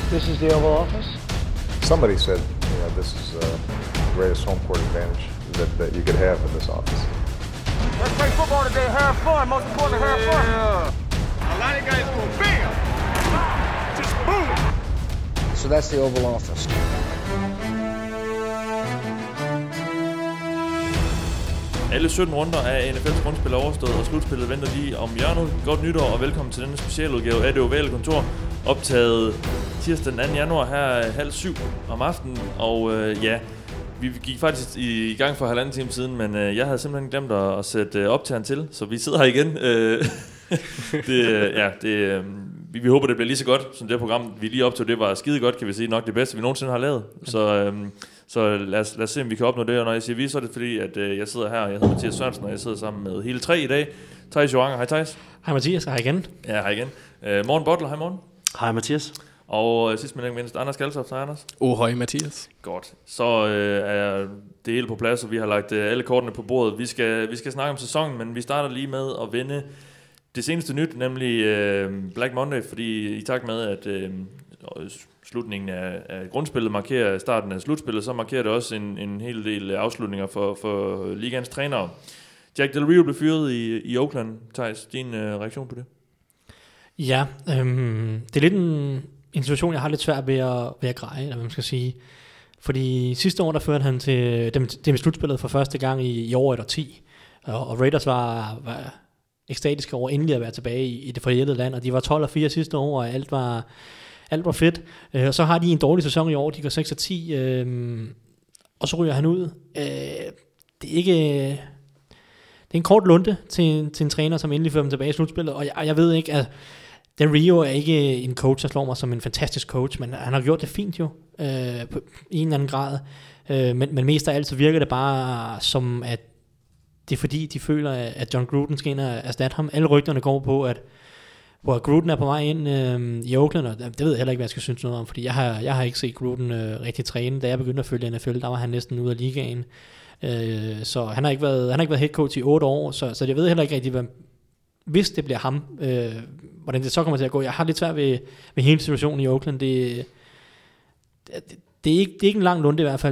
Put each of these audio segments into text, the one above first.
This is the Oval Office. Somebody said, this is the greatest home court advantage that you could have in this office. Let's play football today, have fun. Most important, have fun. A lot of guys go bam, just boom. So that's the Oval Office. Alle 17 runder af NFL's grundspil er overstået, og slutspillet venter lige om hjørnet. Godt nytår, og velkommen til denne specialudgave af Det Ovale Kontor. Optaget tirsdag den 2. januar her 6:30 om aftenen. Og vi gik faktisk i gang for 1,5 time siden, men jeg havde simpelthen glemt at sætte optageren til, så vi sidder her igen. Vi håber, det bliver lige så godt, som det program, vi lige optog. Det var skide godt, kan vi sige. Nok det bedste, vi nogensinde har lavet. Så lad os se, om vi kan opnå det. Og når jeg siger vi, så er det fordi, at jeg sidder her, og jeg hedder Mathias Sørensen, og jeg sidder sammen med hele 3 i dag. Theis Joranger. Hej Theis. Hej Mathias, hej igen. Ja, hej igen. Morten Butler, hej Morten. Hej Mathias. Og sidst men ikke mindst, Anders Kaltoft. Hej Anders. Hej Mathias. Godt. Så er det hele på plads, og vi har lagt alle kortene på bordet. Vi skal snakke om sæsonen, men vi starter lige med at vende det seneste nyt, nemlig Black Monday, fordi i takt med, at slutningen af grundspillet markerer starten af slutspillet, så markerer det også en hel del afslutninger for ligaens trænere. Jack Del Rio blev fyret i Oakland. Theis, din reaktion på det? Ja, det er lidt en situation, jeg har lidt svært ved at greje, eller hvad man skal sige. Fordi sidste år, der førte han til det med slutspillet for første gang i over et årti. Og Raiders var ekstatiske over endelig at være tilbage i det forjættede land, og de var 12-4 sidste år, og alt var fedt. Og så har de en dårlig sæson i år, de går 6-10, og så ryger han ud. Det er en kort lunte til en træner, som endelig fører dem tilbage i slutspillet, og jeg ved ikke, at Del Rio er ikke en coach, der slår mig som en fantastisk coach, men han har gjort det fint jo, i en eller anden grad. Men mest af alt så virker det bare som, at det er fordi, de føler, at John Gruden skal ind og erstatte ham. Alle rygterne går på, at Gruden er på vej ind i Oakland, og det ved jeg heller ikke, hvad jeg skal synes noget om, fordi jeg har ikke set Gruden rigtig træne. Da jeg begyndte at følge NFL, der var han næsten ude af ligaen. Så han har ikke været head coach i 8 år, så jeg ved heller ikke rigtig, hvis det bliver ham, hvordan det så kommer til at gå. Jeg har lidt svært ved hele situationen i Oakland. Det er ikke en lang lunde i hvert fald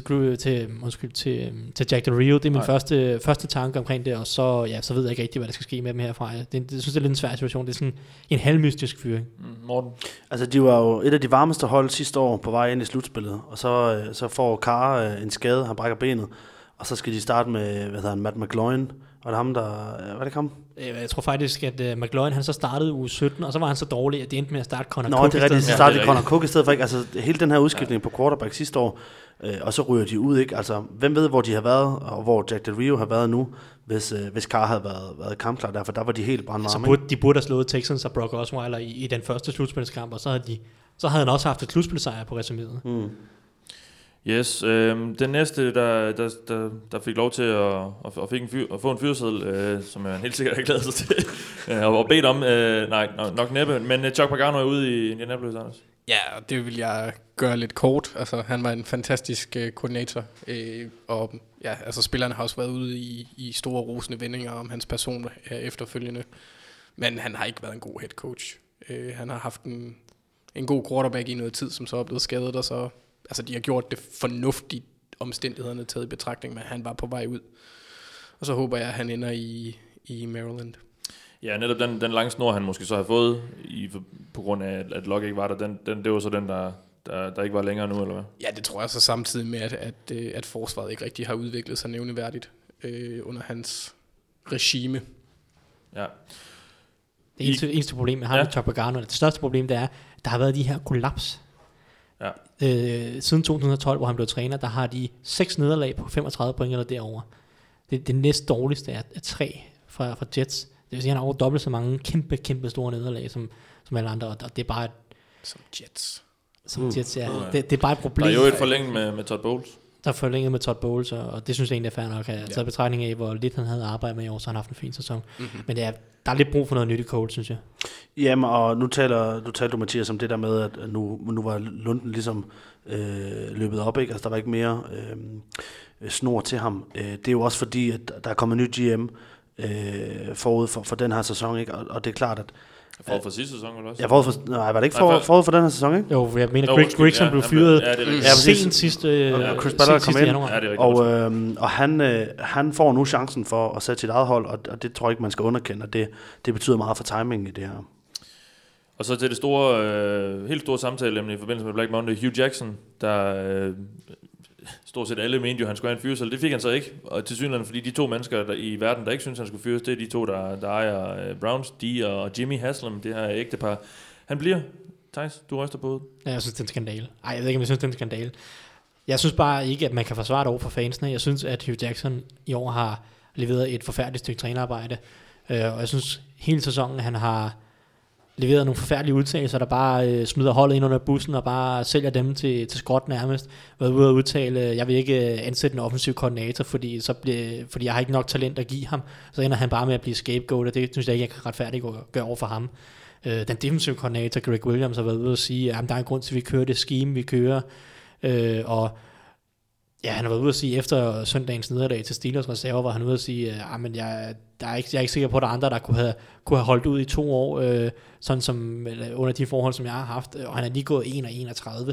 til Jack Del Rio. Det er min første tanke omkring det, og så ved jeg ikke rigtig, hvad der skal ske med dem herfra. Jeg synes, det er lidt en svær situation. Det er sådan en halvmystisk fyring. Morten? Altså, de var jo et af de varmeste hold sidste år på vej ind i slutspillet, og så får Carr en skade, han brækker benet, og så skal de starte med, Matt McGloin, og det ham, var det ham? Jeg tror faktisk, at McGloin, han så startede uge 17, og så var han så dårlig, at det endte med at starte Connor Cook. Nå, det er rigtigt, de startede Connor Cook i stedet for, ikke? Altså, hele den her udskiftning på quarterback sidste år, og så ryger de ud, ikke? Altså, hvem ved, hvor de har været, og hvor Jack Del Rio har været nu, hvis Carr havde været kampklar der, for der var de helt brandvarme. Så de burde have slået Texans og Brock Osweiler i den første slutspilskamp, og så havde han også haft et slutspilsejr på resuméet. Mm. Yes, den næste, der fik lov til at få en fyreseddel, som jeg helt sikkert har glædet sig til, og bedt om, nok næppe, men Chuck Pagano er ude i Indianapolis, Anders. Ja, det vil jeg gøre lidt kort. Altså, han var en fantastisk koordinator, og ja, altså, spillerne har også været ude i store rosende vendinger om hans person efterfølgende, men han har ikke været en god head coach. Han har haft en god quarterback i noget tid, som så er blevet skadet, og så altså, de har gjort det fornuftigt, omstændighederne taget i betragtning, men han var på vej ud. Og så håber jeg, at han ender i Maryland. Ja, netop den lange snor, han måske så har fået, på grund af, at Locke ikke var der, det var så den, der ikke var længere nu, eller hvad? Ja, det tror jeg så samtidig med, at forsvaret ikke rigtig har udviklet sig nævneværdigt under hans regime. Ja. Det eneste problem, jeg har med Chuck Pagano, det største problem, det er, at der har været de her kollaps. Ja. Siden 2012, hvor han blev træner, der har de 6 nederlag på 35 point eller derover. Det næst dårligste er 3 fra Jets. Det vil sige, at han har over dobbelt så mange kæmpe store nederlag som alle andre, og det er bare som Jets. Jets, ja. Det er bare et problem. Der er jo et forlænget med Todd Bowles. Der er forlænget med Todd Bowles, og det synes jeg egentlig er fair nok. Så betragtning af, hvor lidt han havde arbejdet med i år, så han har haft en fin sæson. Mm-hmm. Men der er lidt brug for noget nyt i coach, synes jeg. Jamen, og nu talte du, Mathias, om det der med, at nu var Lunden ligesom løbet op, ikke? Altså, der var ikke mere snor til ham. Det er jo også fordi, at der er kommet ny GM forud for den her sæson, ikke? Og det er klart, at Forud for sidste sæson, eller også? Ja, var det ikke forud for den her sæson, ikke? Jo, jeg mener, Grigson blev fyret sent sidste Chris Ballard kom ind, januar. og han får nu chancen for at sætte sit eget hold, og det tror jeg ikke, man skal underkende, og det betyder meget for timingen i det her. Og så til det helt store samtale i forbindelse med Black Monday, Hugh Jackson, der stort set alle mente jo, han skulle have en fyrsel. Det fik han så ikke, og til synligheden, fordi de to mennesker der, i verden, der ikke synes, han skulle fyres, det er de to, der ejer Browns, de og Jimmy Haslam, det her ægtepar. Han bliver. Thijs, du ryster på hovedet. Ja, jeg synes, det er en skandale. Ej, jeg ved ikke, om jeg synes, det er en skandale. Jeg synes bare ikke, at man kan forsvare det over for fansene. Jeg synes, at Hugh Jackson i år har leveret et forfærdeligt stykke trænerarbejde, og jeg synes, hele sæsonen, han har leveret nogle forfærdelige udtalelser, der bare smider holdet ind under bussen og bare sælger dem til skråt nærmest. Været ude at udtale, jeg vil ikke ansætte en offensiv koordinator, fordi jeg har ikke nok talent at give ham. Så ender han bare med at blive scapegoat, og det synes jeg ikke, jeg kan retfærdigt gøre over for ham. Den defensive koordinator, Greg Williams, har været ude at sige, at der er en grund til, at vi kører det scheme, vi kører. Og ja, han har været ude at sige, efter søndagens nederlag til Steelers reserver, var han ude at sige, at jeg er ikke sikker på, at der er andre, der kunne have holdt ud i 2 år, sådan som under de forhold, som jeg har haft, og han er lige gået 1-31.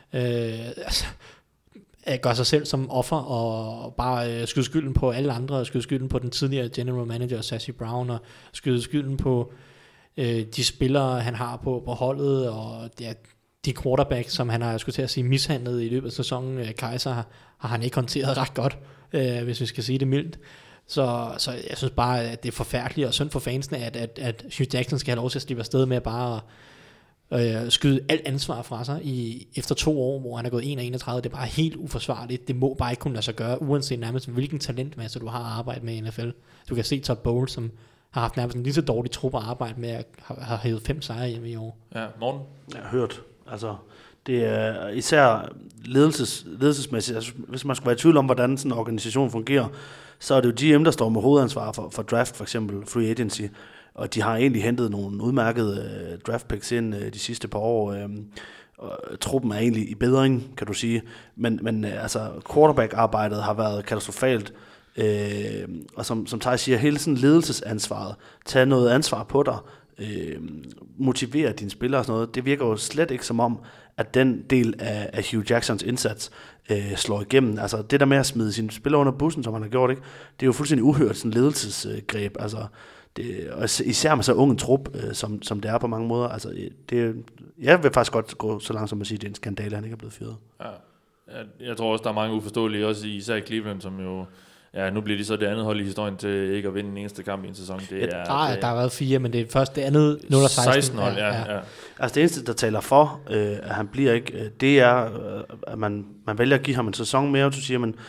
Gør sig selv som offer, og bare skyde skylden på alle andre, og skyde skylden på den tidligere general manager, Sassy Brown, og skyde skylden på de spillere, han har på holdet, og de quarterback, som han har, skulle til at sige, mishandlet i løbet af sæsonen. Kaiser har han ikke håndteret ret godt, hvis vi skal sige det mildt. Så jeg synes bare, at det er forfærdeligt og synd for fansene, at Hugh Jackson skal have lov til at slippe afsted med bare skyde alt ansvar fra sig efter 2 år, hvor han er gået 1-31. Det er bare helt uforsvarligt. Det må bare ikke kunne lade sig gøre, uanset nærmest hvilken talentmasse du har arbejdet med i NFL. Du kan se Todd Bowles, som har haft nærmest en lige så dårlig trup at arbejde med, at have hævet 5 sejre hjemme i år. Ja, Morten? Jeg har hørt. Altså, det er især ledelsesmæssigt. Altså, hvis man skulle være i tvivl om, hvordan sådan en organisation fungerer, så er det jo GM, der står med hovedansvar for draft, for eksempel free agency. Og de har egentlig hentet nogle udmærkede draft picks ind de sidste par år. Og truppen er egentlig i bedring, kan du sige. Men altså, quarterback-arbejdet har været katastrofalt. Og som Thijs siger, hele sådan ledelsesansvaret, tage noget ansvar på dig, motivere dine spillere og sådan noget, det virker jo slet ikke som om, at den del af Hugh Jacksons indsats slår igennem. Altså det der med at smide sine spillere under bussen, som han har gjort, ikke? Det er jo fuldstændig uhørt sådan ledelsesgreb. Altså og især med så ung en trup, som det er på mange måder. Altså jeg vil faktisk godt gå så langt som at sige, at det er en skandale, han ikke er blevet fyret. Ja. Jeg tror også, der er mange uforståelige, også især i Cleveland, som jo... Ja, nu bliver de så det andet hold i historien til ikke at vinde den eneste kamp i en sæson. Der har været 4, men det er først det andet 0-16. 16 hold, ja. Altså det eneste, der taler for, at han bliver ikke, det er, at man vælger at give ham en sæson mere, og så siger man,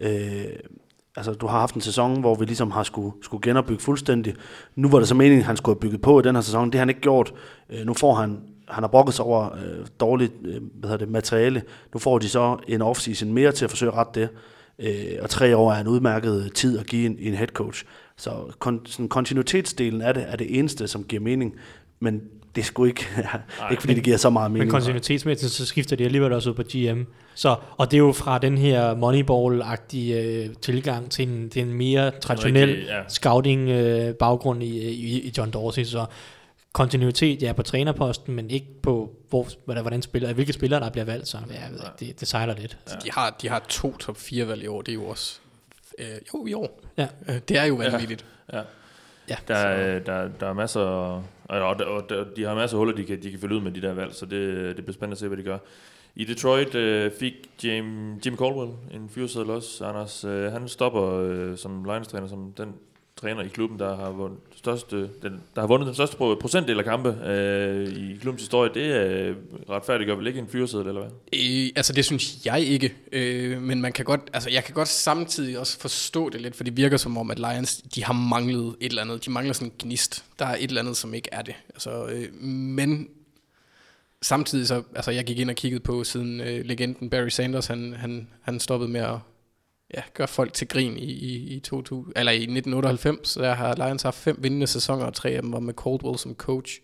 altså du har haft en sæson, hvor vi ligesom har skulle genopbygge fuldstændig. Nu var det så meningen, at han skulle have bygget på i den her sæson. Det har han ikke gjort. Nu får han har brokket sig over dårligt materiale. Nu får de så en offseason mere til at forsøge at rette det. Og 3 år er en udmærket tid at give en head coach. Så sådan kontinuitetsdelen er det eneste, som giver mening, men det er sgu ikke, ikke fordi det giver så meget mening. Men kontinuitetsmæssigt, så skifter de alligevel også ud på GM. Og det er jo fra den her Moneyball-agtige tilgang til en mere traditionel scouting-baggrund i John Dorsey. Så kontinuitet, på trænerposten, men ikke på hvilke spillere der bliver valgt, så det sejler lidt. Ja. De har 2 top 4 valg i år, det er jo også i år. Ja. Det er jo vanvittigt. Ja. Der er masser, og de har masser af huller, de kan fylde ud med de der valg, så det bliver spændende at se, hvad de gør. I Detroit fik Jim Caldwell en fyreseddel også. Anders, han stopper som Lions-træner, som den træner i klubben, der har vundet den største procentdel af kampe i klubbens historie. Det retfærdiggør vel ikke en fyreseddel, eller hvad? Altså det synes jeg ikke, men man kan godt, altså jeg kan godt samtidig også forstå det lidt, for det virker som om, at Lions, de har manglet et eller andet. De mangler sådan en gnist. Der er et eller andet, som ikke er det. Altså, men samtidig så, altså jeg gik ind og kiggede på, siden legenden Barry Sanders, han stoppede med at gør folk til grin i 1998. Der har Lions haft 5 vindende sæsoner, og 3 af dem var med Caldwell som coach.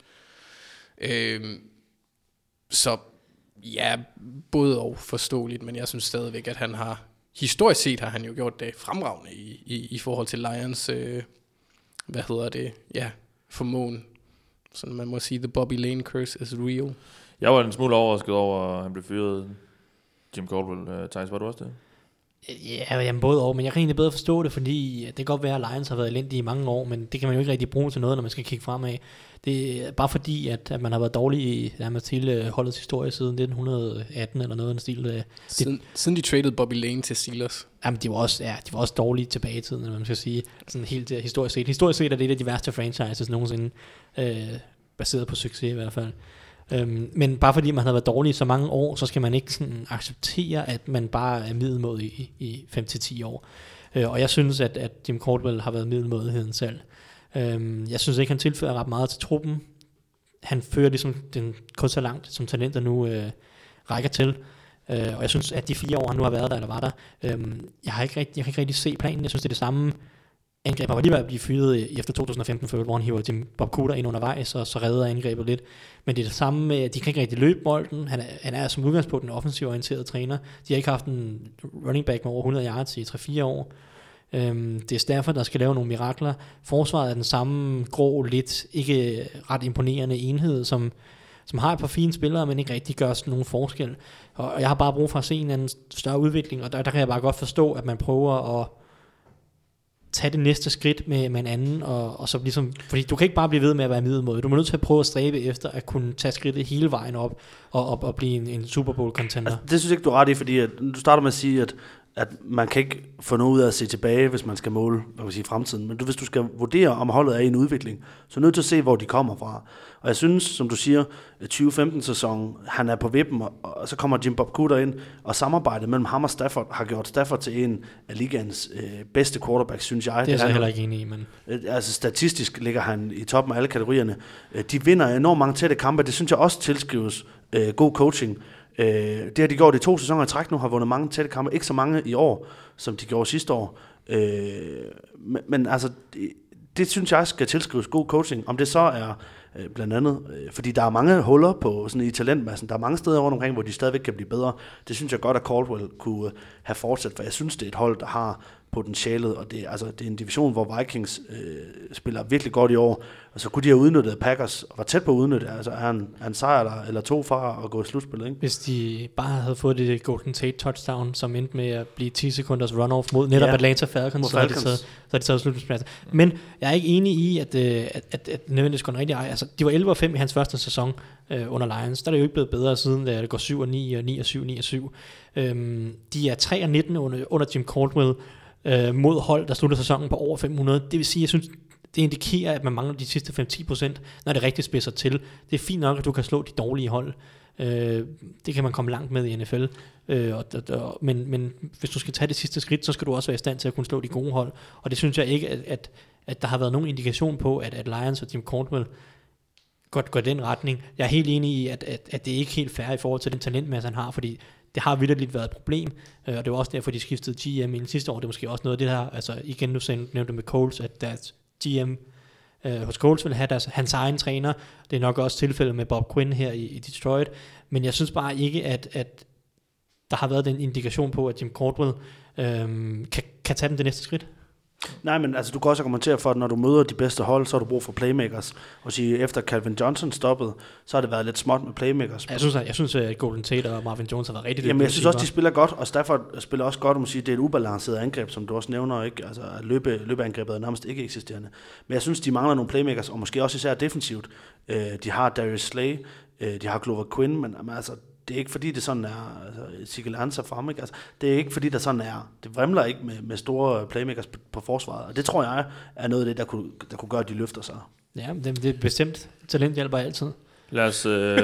Så ja, både og forståeligt, men jeg synes stadigvæk, at han har, historisk set har han jo gjort det fremragende i forhold til Lions, formåen Så man må sige, the Bobby Lane curse is real. Jeg var en smule overrasket over, at han blev fyret. Jim Caldwell, Thijs, var du også det? Ja, jamen både over, men jeg kan egentlig bedre forstå det, fordi det kan godt være, at Lions har været elendige i mange år, men det kan man jo ikke rigtig bruge til noget, når man skal kigge fremad. Det er bare fordi, at man har været dårlig i nærmest hele holdets historie siden 1918 eller noget af den stil. Siden de traded Bobby Lane til Steelers. Jamen, de var også dårlige tilbage i tiden, eller man skal sige. Sådan helt historisk set. Historisk set er det et af de værste franchises nogensinde, baseret på succes i hvert fald. Men bare fordi man har været dårlig i så mange år, så skal man ikke sådan acceptere, at man bare er middelmådig i 5-10 år. Og jeg synes, at Jim Caldwell har været middelmådigheden selv. Jeg synes ikke, han tilfører ret meget til truppen. Han fører ligesom den kun så langt, som talenter nu rækker til. Og jeg synes, at de 4 år, han nu har været der, eller var der, jeg kan ikke rigtig se planen. Jeg synes, det er det samme angreb. Han var lige ved at blive fyret efter 2015, hvor han hiver Jim Bob Cooter ind undervejs, og så redder angrebet lidt. Men det er det samme med, at de kan ikke rigtig løbe bolden. Han er som udgangspunkt en offensivt orienteret træner. De har ikke haft en running back med over 100 yards i 3-4 år. Det er Stafford, der skal lave nogle mirakler. Forsvaret er den samme grå, lidt ikke ret imponerende enhed, som har et par fine spillere, men ikke rigtig gør sådan nogen forskel. Og jeg har bare brug for at se en anden større udvikling, og der kan jeg bare godt forstå, at man prøver at tage det næste skridt med en anden, og så ligesom, fordi du kan ikke bare blive ved med at være middelmådig. Du må nødt til at prøve at stræbe efter at kunne tage skridtet hele vejen op, og blive en Super Bowl contender. Altså, det synes jeg ikke, du er ret i, fordi at, du starter med at sige, at man kan ikke få noget ud af at se tilbage, hvis man skal måle fremtiden. Men hvis du skal vurdere, om holdet er i en udvikling, så er du nødt til at se, hvor de kommer fra. Og jeg synes, som du siger, 2015-sæsonen, han er på vippen, og så kommer Jim Bob Cooter ind, og samarbejdet mellem ham og Stafford har gjort Stafford til en af ligaens bedste quarterbacks, synes jeg. Det er så heller ikke enig i, men... Altså statistisk ligger han i toppen af alle kategorierne. De vinder enormt mange tætte kampe, det synes jeg også tilskrives god coaching. Det har de gjort i 2 sæsoner i træk nu, har vundet mange tætte kampe, ikke så mange i år, som de gjorde sidste år. Men altså, det synes jeg skal tilskrives god coaching. Om det så er blandt andet, fordi der er mange huller på sådan i talentmassen, der er mange steder rundt omkring, hvor de stadigvæk kan blive bedre. Det synes jeg godt, at Caldwell kunne have fortsat, for jeg synes, det er et hold, der har potentialet, og det er en division, hvor Vikings spiller virkelig godt i år, og så kunne de have udnyttet Packers, og var tæt på at udnytte, altså er en sejr eller 2 fra at gå i slutspillet, ikke? Hvis de bare havde fået det Golden Tate touchdown, som endte med at blive 10 sekunders runoff mod netop Atlanta Falcons, så har de taget slutspillet. Men jeg er ikke enig i, at nødvendigvis går rigtig ej. Altså, de var 11-5 i hans første sæson under Lions. Der er det jo ikke blevet bedre siden, da det går 7-9 og 9-7. De er 3-19 under Jim Caldwell, mod hold, der slutter sæsonen på over 500. Det vil sige, jeg synes, det indikerer, at man mangler de sidste 5-10%, når det rigtig spidser til. Det er fint nok, at du kan slå de dårlige hold. Det kan man komme langt med i NFL. Men hvis du skal tage det sidste skridt, så skal du også være i stand til at kunne slå de gode hold. Og det synes jeg ikke, at der har været nogen indikation på, at Lions og Jim Caldwell godt går den retning. Jeg er helt enig i, at det ikke er helt fair i forhold til den talentmasse, han har, fordi det har vitterligt været et problem, og det var også derfor, de skiftede GM i sidste år. Det er måske også noget af det her, altså igen, nu nævnte med Coles, at deres GM hos Coles vil have hans egen træner. Det er nok også tilfældet med Bob Quinn her i Detroit, men jeg synes bare ikke, at der har været den indikation på, at Jim Caldwell kan tage dem det næste skridt. Nej, men altså, du kan også argumentere for, at når du møder de bedste hold, så har du brug for playmakers. Og sige, efter Calvin Johnson stoppede, så har det været lidt småt med playmakers. Jeg synes at Golden Tate og Marvin Jones har været rigtig dygtige. Jamen, jeg synes også, de spiller godt, og Stafford spiller også godt, sige, det er et ubalanceret angreb, som du også nævner, ikke? Altså, at løbeangrebet er nærmest ikke eksisterende. Men jeg synes, de mangler nogle playmakers, og måske også især defensivt. De har Darius Slay, de har Glover Quinn, men altså, det er ikke fordi, det sådan er Sigel Ansah frem, ikke? Altså, det er ikke fordi, der sådan er. Det vrimler ikke med store playmakers på forsvaret. Og det tror jeg er noget af det, der kunne gøre, at de løfter sig. Ja, det er bestemt. Talent hjælper altid. Lad os...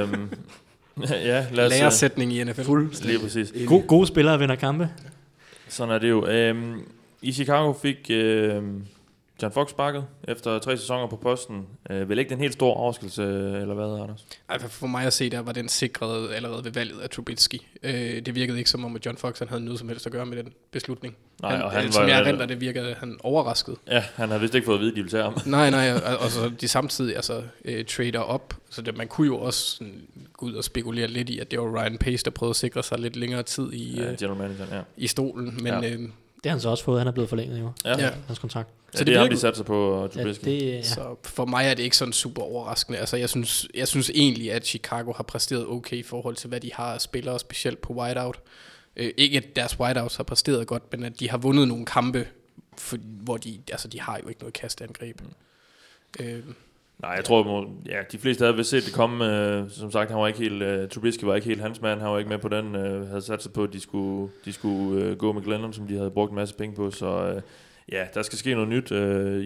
læresætning i NFL. Lige præcis. Gode spillere vinder kampe. Sådan er det jo. I Chicago fik John Fox sparket efter 3 sæsoner på posten. Vel ikke den helt store overraskelse, eller hvad, Anders? Ej, for mig at se, der var den sikret allerede ved valget af Trubisky. Det virkede ikke som om, at John Fox han havde noget som helst at gøre med den beslutning. Han som jeg erindrer, det virkede han overrasket. Ja, han havde vist ikke fået at vide, at de ville tage ham. Nej, og så de samtidig trader op. Så man kunne jo også sådan, gå ud og spekulere lidt i, at det var Ryan Pace, der prøvede at sikre sig lidt længere tid i, general manager, i stolen. Men Det har han så også fået. Han er blevet forlænget jo. Ja. Hans kontrakt. Så det er ham, de satser på Trubisky. Ja. Så for mig er det ikke sådan super overraskende. Altså, jeg synes egentlig, at Chicago har præsteret okay i forhold til, hvad de har af spillere, specielt på wideout. Ikke at deres wideouts har præsteret godt, men at de har vundet nogle kampe, hvor de har jo ikke noget kastangreb. Nej, jeg tror, de fleste havde set det komme. Som sagt, han var ikke helt, Trubisky var ikke helt hans mand. Han var ikke med på den. Havde sat sig på, at de skulle gå med Glennon, som de havde brugt en masse penge på. Så der skal ske noget nyt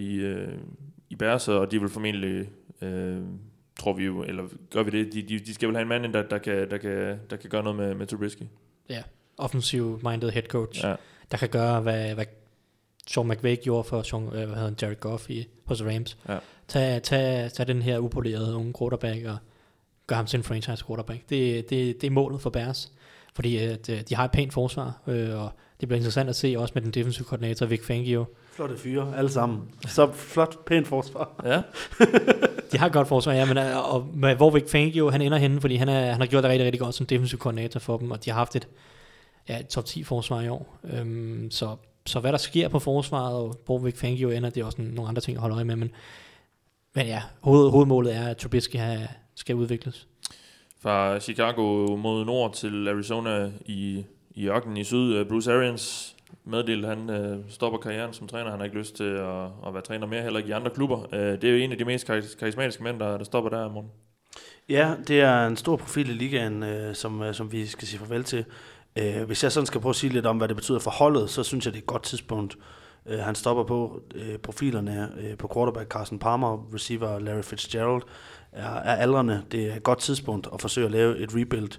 i Bears, og de vil formentlig, tror vi jo, eller gør vi det, de skal vel have en mand, der kan gøre noget med Trubisky. Ja, offensive-minded head coach, der kan gøre, hvad Sean McVay gjorde for Jared Goff hos Rams. Ja. Tag den her upolerede unge quarterback og gør ham til en franchise quarterback. Det er målet for Bears, fordi de har et pænt forsvar, og det bliver interessant at se også med den defensive koordinator Vic Fangio. Flotte fyre, alle sammen. Så flot, pænt forsvar. Ja. De har et godt forsvar, ja, men og hvor Vic Fangio han ender henne, fordi han har gjort det rigtig, rigtig godt som defensive koordinator for dem, og de har haft et top 10 forsvar i år. Så hvad der sker på forsvaret, og hvor Vic Fangio ender, det er også nogle andre ting at holde øje med, men ja, hovedmålet er, at Trubisky skal udvikles. Fra Chicago mod nord til Arizona i ørkenen i syd, Bruce Arians meddelte, han stopper karrieren som træner. Han har ikke lyst til at være træner mere, heller ikke i andre klubber. Det er jo en af de mest karismatiske mænd, der stopper der, Morten. Ja, det er en stor profil i ligaen, som vi skal sige farvel til. Hvis jeg sådan skal prøve at sige lidt om, hvad det betyder for holdet, så synes jeg, det er et godt tidspunkt. Han stopper på profilerne på quarterback Carson Palmer, receiver Larry Fitzgerald, er aldrende. Det er et godt tidspunkt at forsøge at lave et rebuild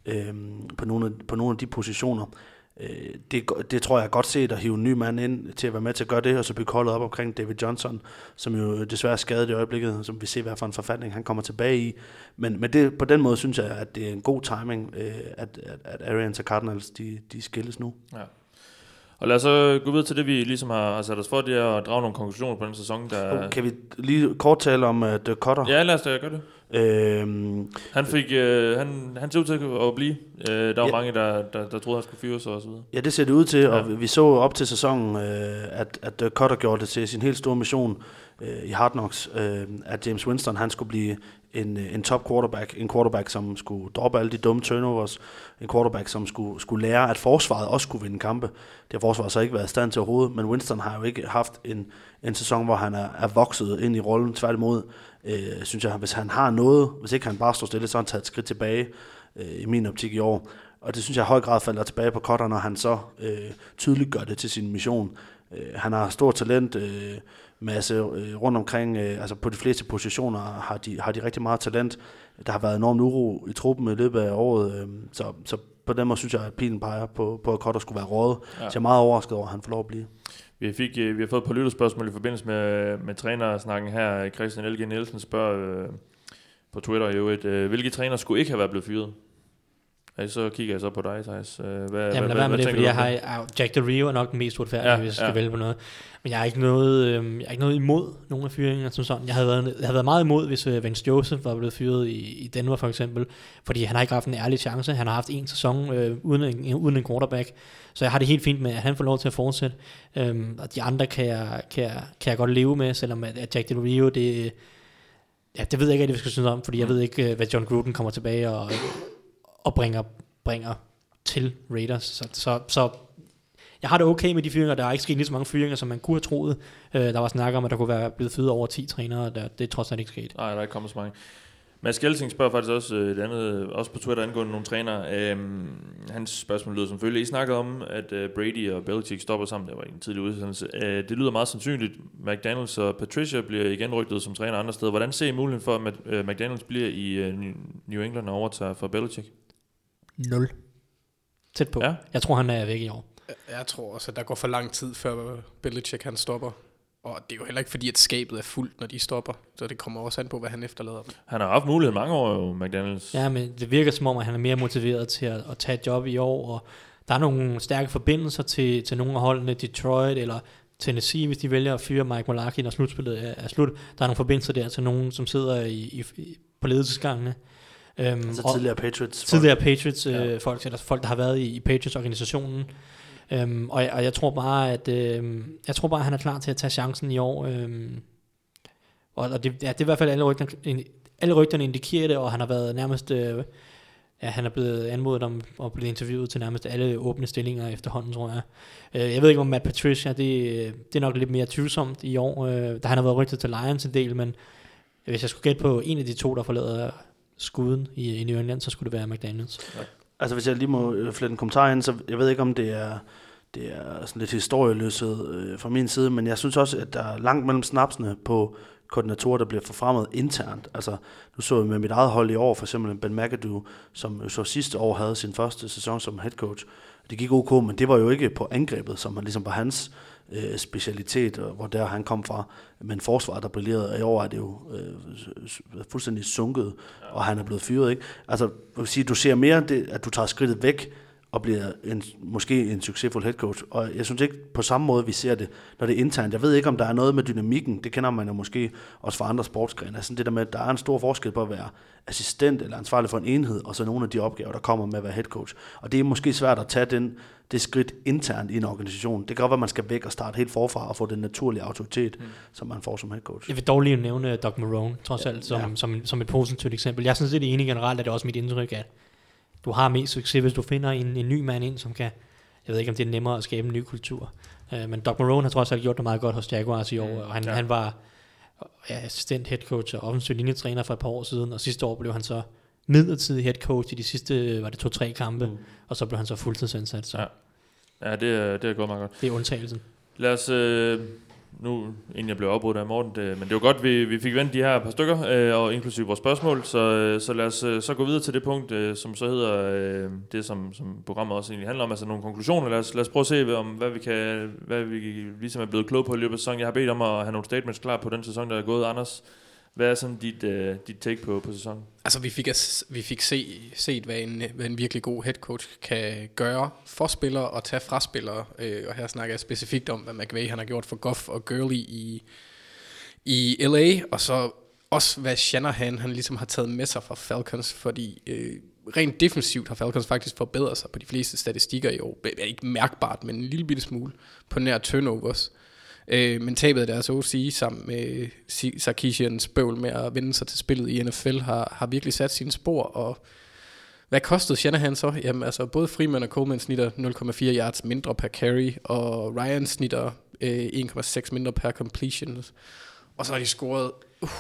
på nogle af de positioner. Det tror jeg er godt set at hive en ny mand ind til at være med til at gøre det, og så bygge holdet op omkring David Johnson, som jo desværre er skadet i øjeblikket, som vi ser, hvad for en forfatning han kommer tilbage i. Men det, på den måde synes jeg, at det er en god timing, at Arians og Cardinals, de skilles nu. Ja. Og lad os så gå videre til det, vi ligesom har sat os for, det er at drage nogle konklusioner på den sæson. Kan vi lige kort tale om The Cutter? Ja, lad os da gøre det. Han ser ud til at blive. Der var mange, der troede, han skulle fyres og så videre. Ja, det ser det ud til, og vi så op til sæsonen, at The Cutter gjorde det til sin helt store mission i Hard Knocks, at James Winston, han skulle blive en top quarterback, en quarterback, som skulle droppe alle de dumme turnovers, en quarterback, som skulle lære, at forsvaret også skulle vinde kampe. Det har forsvaret så ikke været i stand til overhovedet, men Winston har jo ikke haft en sæson, hvor han er vokset ind i rollen. Tværtimod, synes jeg, hvis han har noget, hvis ikke han bare står stille, så har han taget et skridt tilbage i min optik i år. Og det synes jeg i høj grad falder tilbage på Cutter, når han så tydeligt gør det til sin mission. Han har stort talent, masse rundt omkring, altså på de fleste positioner har de rigtig meget talent. Der har været enormt uro i truppen i løbet af året, så på den måde synes jeg, at pilen peger på at Cutter skulle være rådet. Så jeg er meget overrasket over, at han får lov at blive. Vi har fået et par lytterspørgsmål i forbindelse med trænersnakken her. Christian L.G. Nielsen spørger på Twitter jo, hvilke træner skulle ikke have været blevet fyret? Så kigger jeg så på dig, Thijs. Lad være med det, fordi jeg har Jack Del Rio er nok den mest uretfærdige, hvis jeg skal vælge på noget. Men jeg har ikke noget imod nogle af fyringerne som sådan. Jeg havde været meget imod, hvis Vance Joseph var blevet fyret i Denver for eksempel, fordi han har ikke haft en ærlig chance. Han har haft en sæson uden en quarterback, så jeg har det helt fint med, at han får lov til at fortsætte. Og de andre kan jeg godt leve med, selvom at Jack Del Rio, det ved jeg ikke, hvad vi skal synes om, fordi jeg ved ikke, hvad John Gruden kommer tilbage og bringer til Raiders. Så jeg har det okay med de fyringer. Der er ikke sket lige så mange fyringer, som man kunne have troet. Der var snak om, at der kunne være blevet fyret over 10 trænere. Det er trods alt ikke sket. Nej, der er ikke kommet så mange. Mads Gelsing spørger faktisk også et andet, også på Twitter angående nogle trænere. Hans spørgsmål lyder som følge. I snakkede om, at Brady og Belichick stopper sammen. Det var en tidlig udsendelse. Det lyder meget sandsynligt. McDaniels og Patricia bliver igen rygtet som træner andre steder. Hvordan ser I muligheden for, at McDaniels bliver i New England og overtager for Belichick? 0. Tæt på. Ja. Jeg tror, han er væk i år. Jeg tror også, at der går for lang tid, før Belichick han stopper. Og det er jo heller ikke fordi, at skabet er fuldt, når de stopper. Så det kommer også an på, hvad han efterlader dem. Han har haft mulighed mange år jo, McDaniels. Ja, men det virker som om, at han er mere motiveret til at tage et job i år. Og der er nogle stærke forbindelser til nogle af holdene, Detroit eller Tennessee, hvis de vælger at fyre Mike Mularkey, når slutspillet er slut. Der er nogle forbindelser der til nogen, som sidder på ledelsesgangene. Altså tidligere Patriots. Tidligere Patriots folk, eller folk, der har været i Patriots-organisationen. Og jeg tror bare, at han er klar til at tage chancen i år. Og det er i hvert fald alle rygterne indikerer det, og han har været nærmest... han er blevet anmodet om at blive interviewet til nærmest alle åbne stillinger efterhånden, tror jeg. Jeg ved ikke, om Matt Patricia, det er nok lidt mere tvivlsomt i år. Der han har været rygtet til Lions en del, men hvis jeg skulle gætte på en af de to, der forlader skuden i New England, så skulle det være McDaniels. Ja. Altså hvis jeg lige må flette en kommentar ind, så jeg ved ikke, om det er sådan lidt historieløshed fra min side, men jeg synes også, at der er langt mellem snapsene på koordinatorer, der bliver forfremmet internt. Altså, nu så jeg med mit eget hold i år, for eksempel Ben McAdoo, som så sidste år havde sin første sæson som head coach. Det gik ok, men det var jo ikke på angrebet, som ligesom var hans specialitet, hvor der han kom fra. Men forsvaret, der brillerede, og i år er det jo fuldstændig sunket, og han er blevet fyret, ikke? Altså, du ser mere, at du tager skridtet væk, og bliver måske en succesfuld head coach. Og jeg synes ikke på samme måde, vi ser det, når det er internt. Jeg ved ikke, om der er noget med dynamikken. Det kender man jo måske også fra andre sportsgrene. Altså det der med, at der er en stor forskel på at være assistent eller ansvarlig for en enhed, og så nogle af de opgaver, der kommer med at være head coach. Og det er måske svært at tage det skridt internt i en organisation. Det kan godt være, at man skal væk og starte helt forfra og få den naturlige autoritet, som man får som head coach. Jeg vil dog lige nævne Doug Marrone, trods alt, som et positivt eksempel. Jeg synes, det er enig generelt, at det er også mit indtryk, at du har mest succes, hvis du finder en ny mand ind, som kan, jeg ved ikke, om det er nemmere at skabe en ny kultur. Men Doug Marrone har trods alt gjort det meget godt hos Jaguars i år, og han var assistent head coach og offensiv linjetræner for et par år siden, og sidste år blev han så midlertidig head coach i de sidste, var det 2-3 kampe, og så blev han så fuldtidsansat. Så. Ja, det er gået meget godt. Det er undtagelsen. Lad os... Nu, inden jeg blev afbrudt af Morten, men det var godt, vi fik vendt de her par stykker, og inklusive vores spørgsmål, så lad os så gå videre til det punkt, som så hedder det, som programmet også egentlig handler om, altså nogle konklusioner. Lad os prøve at se, om hvad vi ligesom er blevet klog på i løbet af sæsonen. Jeg har bedt om at have nogle statements klar på den sæson, der er gået. Anders, hvad er sådan dit take på sæsonen? Altså vi fik set, hvad en virkelig god head coach kan gøre for spillere og tage fra spillere. Og her snakker jeg specifikt om, hvad McVay han har gjort for Goff og Gurley i LA, og så også hvad Shanahan han ligesom har taget med sig fra Falcons, fordi rent defensivt har Falcons faktisk forbedret sig på de fleste statistikker i år. Ikke mærkbart, men en lille bitte smule på nær turnovers. Men tabet af deres OC sammen med Sarkisians bøvl med at vende sig til spillet i NFL har virkelig sat sine spor. Og hvad kostede Shanahan så? Jamen altså både Freeman og Coleman snitter 0,4 yards mindre per carry, og Ryan snitter 1,6 mindre per completion. Og så har de scoret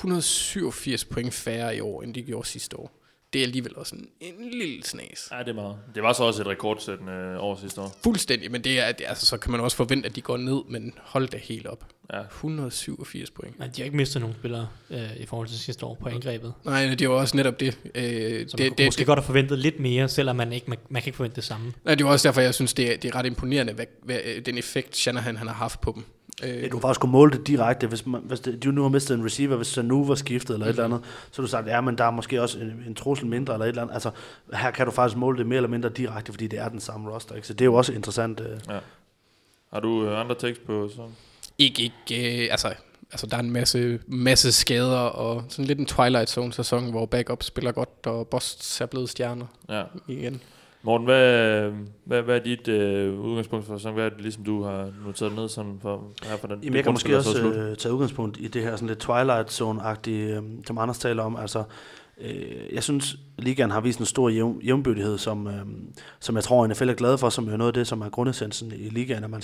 187 point færre i år, end de gjorde sidste år. Det er alligevel også en lille snas. Ja, det er meget. Det var så også et rekordsættende år sidste år. Fuldstændig, men altså, så kan man også forvente, at de går ned, men hold da helt op. Ja. 187 point. Men de har ikke mistet nogen spillere i forhold til sidste år på angrebet. Nej, det var også netop det. Så man kunne måske godt have forventet lidt mere, selvom man kan ikke forvente det samme. Nej, det var også derfor, jeg synes, det er ret imponerende, hvad den effekt Shanahan han har haft på dem. Du har faktisk kunne måle det direkte, hvis du nu har mistet en receiver, hvis Sanu var skiftet eller et eller andet, så har du sagt, ja, men der er måske også en trussel mindre eller et eller andet. Altså, her kan du faktisk måle det mere eller mindre direkte, fordi det er den samme roster, ikke? Så det er jo også interessant. Ja. Har du andre tekst på så? Ikke altså der er en masse skader og sådan lidt en Twilight Zone sæson, hvor backup spiller godt og Bosts er blevet stjerner igen. Morten, hvad er dit udgangspunkt for sæsonen? Hvad er det ligesom du har noteret ned sådan for den? Jamen, jeg kan måske også tage udgangspunkt i det her sådan lidt Twilight Zone-agtige, som Anders taler om. Altså, jeg synes, ligaen har vist en stor jævnbyrdighed, som jeg tror, NFL er glad for, som er noget af det, som er grundessensen i ligaen, at man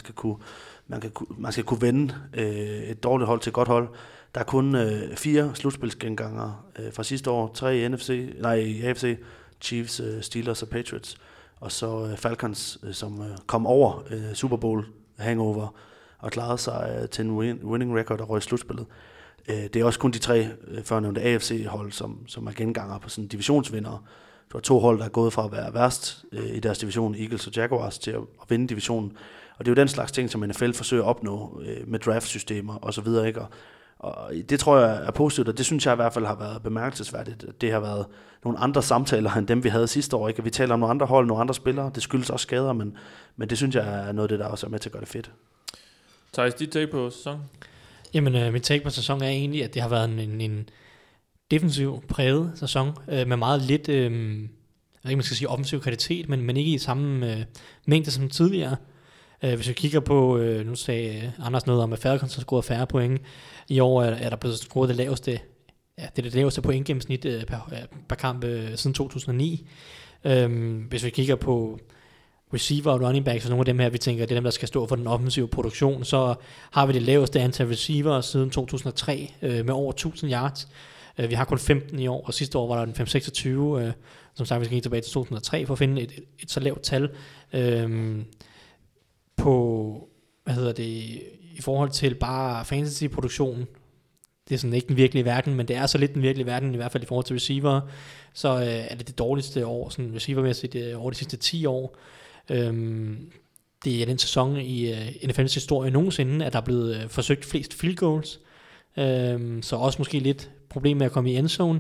skal kunne vende et dårligt hold til et godt hold. Der er kun 4 slutspilsgenganger fra sidste år, 3 i AFC, Chiefs, Steelers og Patriots, og så Falcons, som kom over Super Bowl hangover og klarede sig til en winning record og røg i slutspillet. Det er også kun de 3 førnævnte AFC-hold, som er genganger på sådan divisionsvindere. Du har 2 hold, der er gået fra at være værst i deres division, Eagles og Jaguars, til at vinde divisionen. Og det er jo den slags ting, som NFL forsøger at opnå med draftsystemer og så videre, ikke? Og det tror jeg er positivt, og det synes jeg i hvert fald har været bemærkelsesværdigt. Det har været nogle andre samtaler end dem, vi havde sidste år. Ikke? Vi taler om nogle andre hold, nogle andre spillere. Det skyldes også skader, men det synes jeg er noget af det, der også er med til at gøre det fedt. Thijs, dit take på sæsonen? Jamen, mit take på sæsonen er egentlig, at det har været en defensiv præget sæson, med meget lidt, jeg ved ikke, man skal sige offensiv kvalitet, men ikke i samme mængde som tidligere. Hvis vi kigger på, nu sagde Anders noget om, at Falcons har scoret færre point. I år er der blevet scoret det laveste, det laveste pointgennemsnit per kamp siden 2009. Hvis vi kigger på receiver og running backs, og nogle af dem her, vi tænker, det er dem, der skal stå for den offensive produktion, så har vi det laveste antal receiver siden 2003 med over 1000 yards. Vi har kun 15 i år, og sidste år var der en 526, som sagt, vi skal gå tilbage til 2003 for at finde et så lavt tal. På, i forhold til bare fantasy-produktionen, det er sådan ikke den virkelige verden, men det er så lidt den virkelige verden, i hvert fald i forhold til receiver, så er det dårligste år, sådan receivermæssigt over de sidste 10 år. Det er den sæson i NFL's historie nogensinde, at der er blevet forsøgt flest field goals, så også måske lidt problem med at komme i endzone,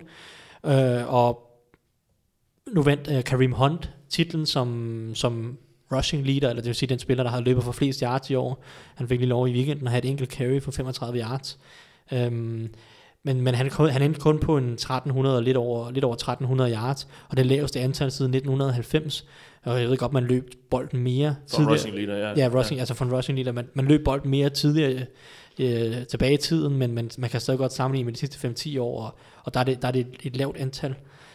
og nu vandt Kareem Hunt titlen som rushing leader, eller det vil sige den spiller, der har løbet for flest yards i år. Han fik lige lov i weekenden at have et enkelt carry for 35 yards. Men han endte kun på en 1300 og lidt over 1300 yards, og det laveste antal siden 1990. Og jeg ved godt, man løb bolden mere tidligere. Rushing leader, ja. Rushing, altså for en rushing leader. Man løb bolden mere tidligere tilbage i tiden, men man kan stadig godt sammenligne med de sidste 5-10 år, og der er det et lavt antal.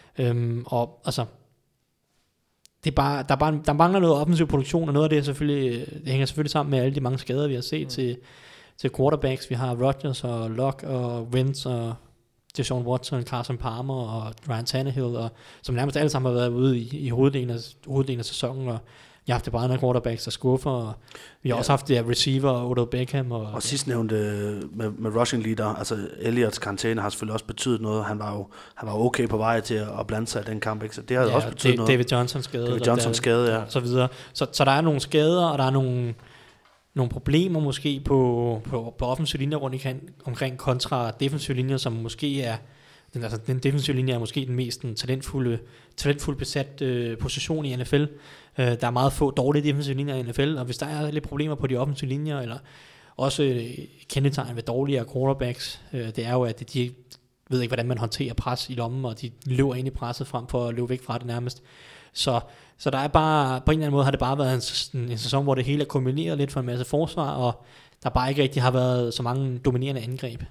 Og altså, det er bare, der mangler noget offensiv produktion, og noget af det er selvfølgelig, det hænger selvfølgelig sammen med alle de mange skader, vi har set til quarterbacks. Vi har Rodgers og Luck og Wentz og Deshaun Watson, Carson Palmer og Ryan Tannehill, og som nærmest alle sammen har været ude i hoveddelen af sæsonen, og jeg har haft det bare andre quarterbacks, der skuffer, og vi har også haft det receiver, Odell Beckham. Og sidstnævnte med rushing leader, altså Elliots karantæne har selvfølgelig også betydet noget. Han var okay på vej til at blande sig i den kamp, ikke? Så det har også betydet noget. David Johnson skade, ja. Så videre. Så der er nogle skader, og der er nogle problemer måske på offensiv linjer rundt omkring kontra defensiv linjer, som måske er den defensive linje er måske den mest talentfuldt besat position i NFL. Der er meget få dårlige defensive linjer i NFL, og hvis der er lidt problemer på de offensive linjer, eller også kendetegn ved dårligere quarterbacks, det er jo, at de ved ikke, hvordan man håndterer pres i lommen, og de løber ind i presset frem for at løbe væk fra det nærmest. Så der er bare, på en eller anden måde har det bare været en sæson, hvor det hele er kombineret lidt for en masse forsvar, og der bare ikke rigtig har været så mange dominerende angreb.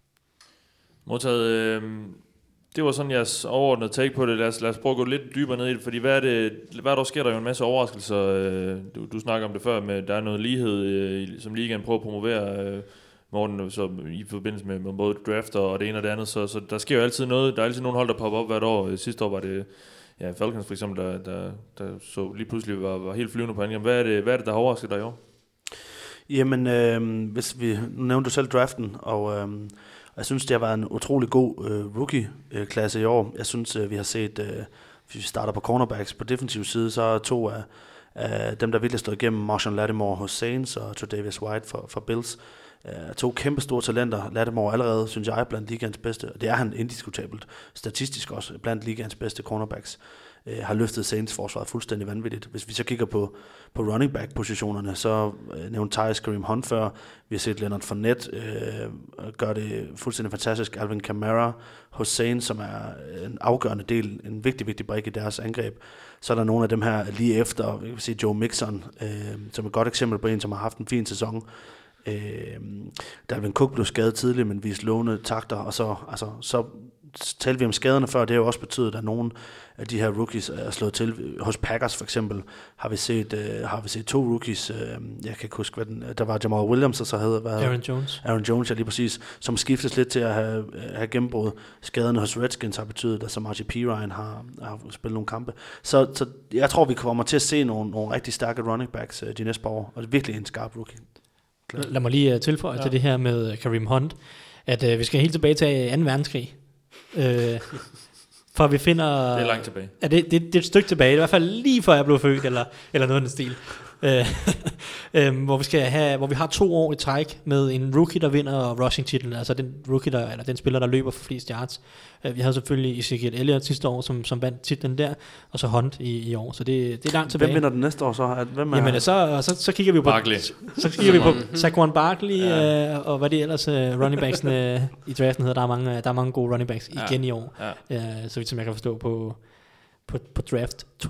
Modtaget. Det var sådan jeres overordnede take på det. Lad os prøve at gå lidt dybere ned i det, fordi hvert år sker der jo en masse overraskelser. Du snakker om det før, med der er noget lighed, som ligaen prøver at promovere, Morten, så i forbindelse med både draft og det ene og det andet, så der sker jo altid noget. Der er altid nogle hold, der popper op hvert år. Sidste år var det Falcons for eksempel, der så lige pludselig var helt flyvende på angreb. Hvad er det, der har overrasket dig i år? Jamen, nu nævnte du selv draften, og jeg synes, det har været en utrolig god rookie-klasse i år. Jeg synes, vi har set, hvis vi starter på cornerbacks på defensiv side, så er to af dem, der virkelig stod igennem, Marshawn Lattimore hos Saints og Tre'Davious White for Bills. To kæmpe store talenter. Lattimore allerede, synes jeg, blandt ligaens bedste, og det er han indiskutabelt, statistisk også, blandt ligaens bedste cornerbacks. Har løftet Saints forsvaret fuldstændig vanvittigt. Hvis vi så kigger på running back positionerne, så nævnte Tyus Kareem Hunt før. Vi har set Leonard Fournette gør det fuldstændig fantastisk. Alvin Kamara hos Saints, som er en afgørende del, en vigtig brik i deres angreb. Så er der nogle af dem her lige efter, vi kan sige Joe Mixon, som er et godt eksempel på en, som har haft en fin sæson. Dalvin Cook blev skadet tidligt, men viste lovende takter, og så talte vi om skaderne før. Det har jo også betydet, at nogle af de her rookies er slået til. Hos Packers for eksempel har vi set to rookies. Jeg kan ikke huske, hvad der var Jamal Williams, og så havde været Aaron Jones, ja, lige præcis, som skiftes lidt til at have gennembrud. Skaderne hos Redskins har betydet, at Samaje Perine har spillet nogle kampe. Så jeg tror, vi kommer til at se nogle rigtig stærke running backs de næste par år, og det er virkelig en skarp rookie. Lad mig lige tilføje til det her med Kareem Hunt, at vi skal helt tilbage til 2. verdenskrig. For vi finder... Det er langt tilbage. Det er et stykke tilbage, i hvert fald lige før jeg blev født, eller noget af den stil. Hvor vi har 2 år i træk med en rookie, der vinder rushing-titlen, altså den rookie, eller den spiller, der løber for flest yards. Vi havde selvfølgelig Ezekiel Elliott sidste år, som vandt titlen der, og så Hunt i år, så det er langt tilbage. Hvem vinder den næste år så? Jamen, så kigger vi på... Så kigger vi på Saquon Barkley, og hvad det ellers running backsen i draften hedder. Der er mange gode running backs igen i år, så vidt som jeg kan forstå på draft Twitter.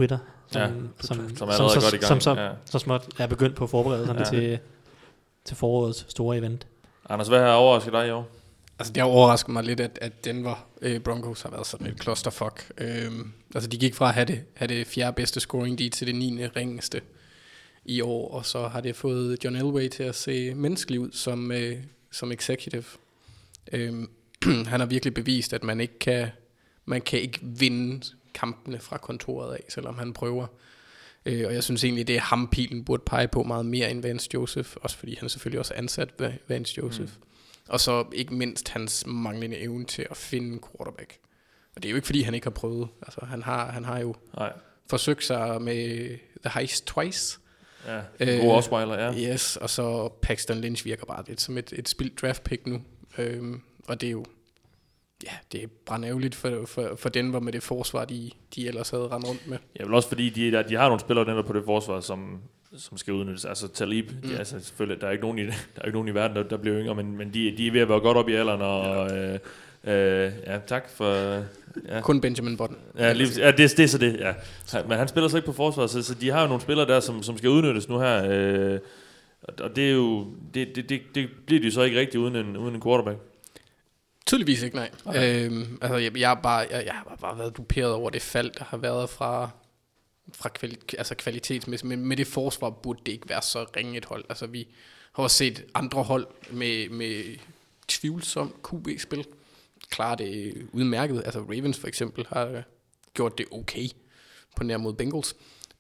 som allerede er godt i gang. Så småt er begyndt på forberedelserne til forårets store event. Anders, hvad har overrasket dig i år? Altså, det har overrasket mig lidt, at Denver Broncos har været sådan et clusterfuck. Altså, de gik fra at have det 4. bedste scoring D til det 9. ringeste i år, og så har det fået John Elway til at se menneskelig ud som executive. Han har virkelig bevist, at man kan ikke vinde kampene fra kontoret af, selvom han prøver. Og jeg synes egentlig, det er ham, pilen burde pege på meget mere end Vance Joseph, også fordi han selvfølgelig også ansat Vance Joseph. Og så ikke mindst hans manglende evne til at finde en quarterback. Og det er jo ikke, fordi han ikke har prøvet. Altså, han har jo forsøgt sig med The Heist twice. Ja, god Osweiler, ja. Yes, og så Paxton Lynch virker bare lidt som et spildt draft pick nu. Og det er jo, ja, det er brandærgerligt for Denver med det forsvar, de ellers havde rendt rundt med. Ja, vel også fordi de har nogle spillere Denver på det forsvar, som skal udnyttes. Altså Talib, altså selvfølgelig, der er ikke nogen i verden, der bliver yngre, men de er ved at være godt op i alderen, og tak for... Ja. Kun Benjamin Button. Ja, det er så det, ja. Men han spiller så ikke på forsvaret, så de har jo nogle spillere der, som skal udnyttes nu her, og det er jo, det bliver de så ikke rigtig uden en quarterback. Tydeligvis ikke, nej. Okay. Altså, jeg har bare været duperet over det fald, der har været fra kvalitetsmæssigt, men med det forsvar burde det ikke være så ringe et hold. Altså, vi har også set andre hold med tvivlsom QB-spil klare det udmærket. Altså Ravens for eksempel har gjort det okay på nær mod Bengals.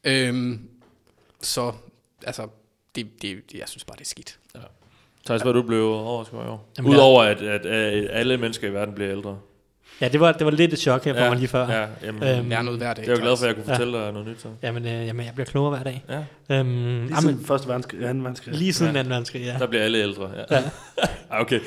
Så altså, jeg synes bare, det er skidt. Ja. Thijs, hvad du blev overrasket i år? Udover at alle mennesker i verden bliver ældre. Ja, det var lidt et chok her for mig lige før. Ja, det er noget hver dag. Det er jo glad for, at jeg kunne fortælle dig noget nyt. Så. Jamen, jeg bliver klogere hver dag. Ja. Lige siden første verdenskrig, anden verdenskrig. Lige siden anden verdenskrig, ja. Der bliver alle ældre, ja. Okay.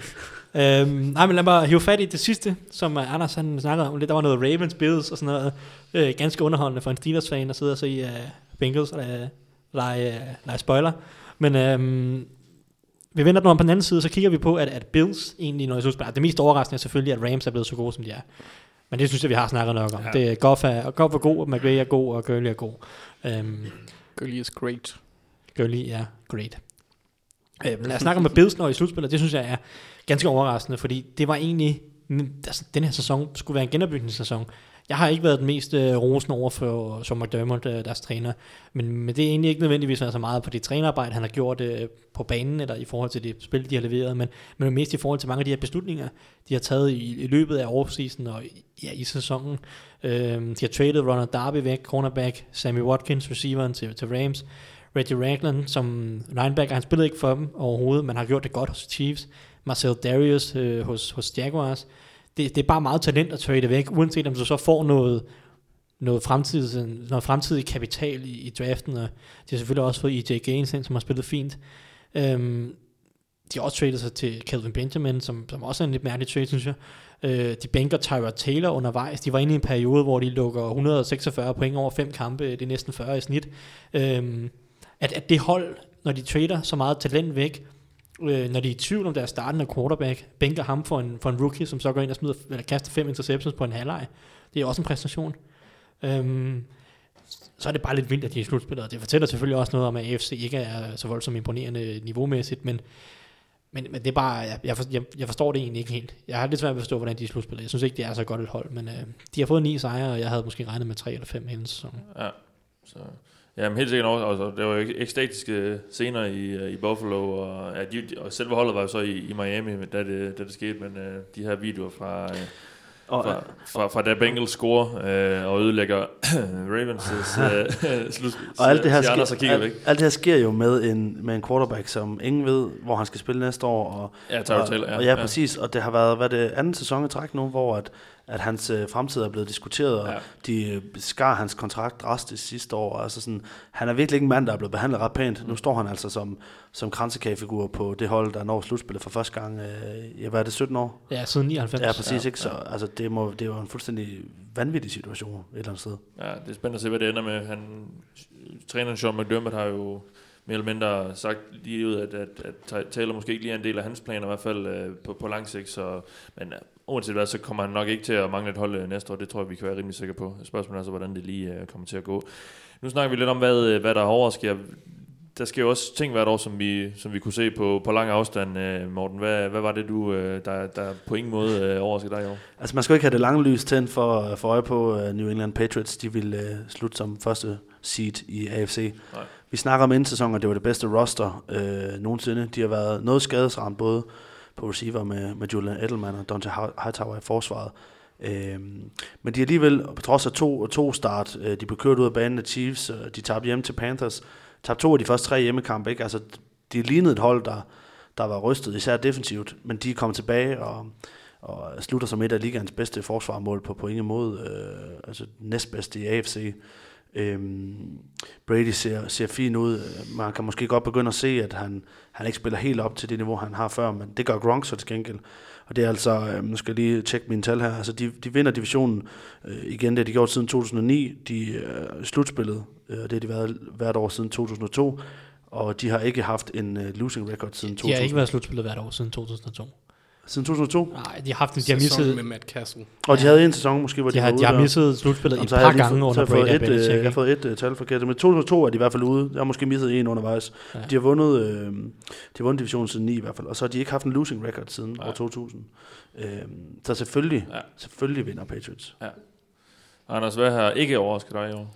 Men lad mig hive fat i det sidste, som Anders han snakkede om. Der var noget Ravens, Bills og sådan noget. Ganske underholdende for en Steelers-fan at sidde og se Bengals og lege spoiler. Men vi venter den om på den anden side, så kigger vi på, at Bills egentlig, når jeg synes, det mest overraskende er selvfølgelig, at Rams er blevet så gode, som de er. Men det synes jeg, vi har snakket nok om. Ja. Det er Goff er god, McVay er god, og Gurley er god. Gurley is great. Gurley er great. Lad os snakke om Bills når i slutspillet. Det synes jeg er ganske overraskende, fordi det var egentlig, altså, den her sæson skulle være en genopbygningssæson. Jeg har ikke været den mest rosende over for Sean McDermott, deres træner, men det er egentlig ikke nødvendigvis så meget på det trænerarbejde, han har gjort på banen, eller i forhold til det spil, de har leveret, men mest i forhold til mange af de her beslutninger, de har taget i løbet af offseason og i sæsonen. De har traded Ronald Darby væk, cornerback, Sammy Watkins, receiveren til Rams, Reggie Ragland som linebacker, han spillede ikke for dem overhovedet, men har gjort det godt hos Chiefs, Marcel Darius hos Jaguars. Det er bare meget talent at trade væk, uanset om du så får noget fremtidig kapital i draften, og de har selvfølgelig også fået EJ Gaines ind, som har spillet fint. De har også tradet sig til Kelvin Benjamin, som også er en lidt mærkelig trade, synes jeg. De bænker Tyrod Taylor undervejs. De var inde i en periode, hvor de lukker 146 point over 5 kampe. Det er næsten 40 i snit. At det hold, når de trader så meget talent væk, når de er i tvivl om deres startende quarterback, bænker ham for en rookie, som så går ind og kaster 5 interceptions på en halvleg. Det er også en præstation. Så er det bare lidt vildt, at de er slutspillet, og det fortæller selvfølgelig også noget om, at AFC ikke er så voldsomt imponerende niveaumæssigt, men det er bare, jeg forstår det egentlig ikke helt. Jeg har lidt svært ved at forstå, hvordan de er slutspillet. Jeg synes ikke, det er så godt et hold, men de har fået 9 sejre, og jeg havde måske regnet med 3 eller 5 hele sæsonen. Ja, så... Jamen helt sikkert også, altså, der var jo ekstatiske scener i Buffalo, og selve holdet var jo så i Miami, da det skete, men de her videoer fra da Bengals scorer og ødelægger Ravens' slut. Og alt det her sker jo med en quarterback, som ingen ved, hvor han skal spille næste år. Og præcis, og det har været det anden sæson i træk nu, hvor at hans fremtid er blevet diskuteret, og de skar hans kontrakt drastisk sidste år. Altså sådan, han er virkelig ikke en mand, der er blevet behandlet ret pænt. Nu står han altså som kransekagefigur på det hold, der når slutspillet for første gang. Hvad er det, 17 år? Ja, siden 99. Ja, præcis. Ikke? Så altså, det er jo en fuldstændig vanvittig situation et eller andet sted. Ja, det er spændende at se, hvad det ender med. Træneren Sean McDermott har jo mere eller mindre sagt lige ud, at Taylor måske ikke lige er en del af hans planer, i hvert fald på lang sigt. Så, men uanset hvad, så kommer han nok ikke til at mangle et hold næste år. Det tror jeg, vi kan være rimelig sikre på. Spørgsmålet er så, hvordan det lige kommer til at gå. Nu snakker vi lidt om, hvad der overrasker. Der sker jo også ting hvert år, som vi kunne se på lang afstand. Morten, hvad var det, der på ingen måde overraskede dig i år? Altså, man skal jo ikke have det lange lys tændt for øje på New England Patriots. De ville slutte som første seed i AFC. Nej. Vi snakker om indsæson, og det var det bedste roster nogensinde. De har været noget skadesramt, både på receiver med Julian Edelman og Dante Hightower i forsvaret. Men de alligevel, på trods af to start, de blev kørt ud af banen af Chiefs, de tabte hjem til Panthers, tabte 2 af de første 3 hjemmekampe, ikke? Altså, de lignede et hold, der var rystet, især defensivt, men de kom tilbage og slutter som et af ligaens bedste forsvarmål på ingen måde, altså næstbedste i AFC. Brady ser fin ud. Man kan måske godt begynde at se, at han ikke spiller helt op til det niveau, han har før, men det gør Gronk så til gengæld. Og det er altså, nu skal jeg lige tjekke mine tal her, altså de vinder divisionen igen, det har de gjort siden 2009, de slutspillet, det har de været hvert år siden 2002, og de har ikke haft en losing record siden 2000. De har ikke været slutspillet hvert år siden 2002. Siden 2002? Nej, de har haft de har misset med Matt Castle. Og de havde en sæson måske, hvor de var ude. De har misset slutspillet et par gange under Brady og Belichick. Jeg har fået et tal forkert, men 2002 er de i hvert fald ude. Jeg har måske misset en undervejs. Ja. De har vundet divisionen siden 9 i hvert fald, og så har de ikke haft en losing record siden år 2000. Så selvfølgelig vinder Patriots. Ja. Anders, hvad har ikke overrasket dig i år?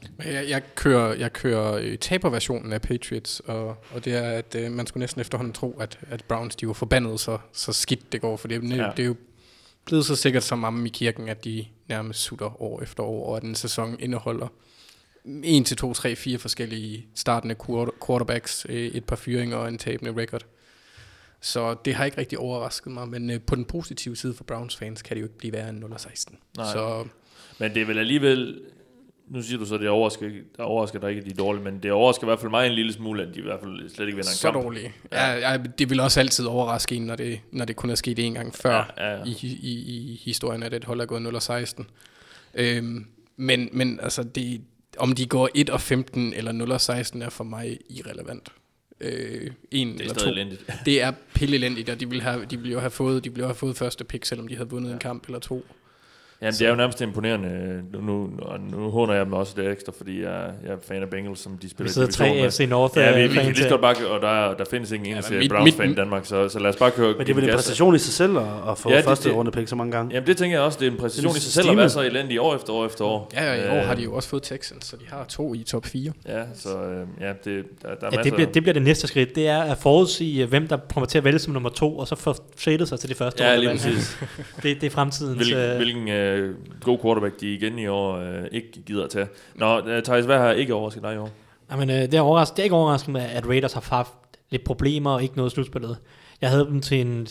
Jeg kører taberversionen af Patriots, og det er, at man skulle næsten efterhånden tro, at Browns de var forbandet, så skidt det går, for det er jo blevet så sikkert som amme i kirken, at de nærmest sutter år efter år, og at en sæson indeholder 1 til 2, 3, 4 forskellige startende quarterbacks, et par fyringer og en tabende record. Så det har ikke rigtig overrasket mig, men på den positive side for Browns fans kan det jo ikke blive værre end 0-16. Så men det er vel alligevel, nu siger du så, det overrasker dig ikke, de er dårlige, men det overrasker i hvert fald mig en lille smule, at de i hvert fald slet ikke vinder en kamp. Så dårlige. Ja, det vil også altid overraske en, når det kun er sket en gang før i historien, at et hold er gået 0-16. Men altså, om de går 1-15 eller 0-16 er for mig irrelevant. Det er stadig elendigt. Det er pillelendigt, og de ville jo have fået første pick, selvom de havde vundet en kamp eller 2. Jamen, det er jo nærmest imponerende. Nu håner jeg dem også det ekstra, fordi jeg er fan af Bengals, som de spiller i divisionen. Vi sidder 3 FC North. Ja, vi kan lige så godt bare, og der findes ikke en eneste Browns-fan i Danmark, så lad os bare køre. Men det er vel en præstation i sig selv at få første runde pick så mange gange? Jamen, det tænker jeg også. Det er en præstation i sig selv at være så elendig år efter år efter år. Ja, i år har de jo også fået Texans, så de har 2 i top 4. Ja, så der er masser. Det bliver det næste skridt. Det er at forudsige, hvem der kommer til at vælge som nummer 2, og så få shadet sig til det første runde. Ja, lige præcis. Det er fremtidens... Hvilken god quarterback de igen i år ikke gider at tage. Nå, Thijs, hvad har ikke overrasket dig i år? Jamen, det er ikke overraskende, at Raiders har haft lidt problemer og ikke noget slutspillet. Jeg havde dem til en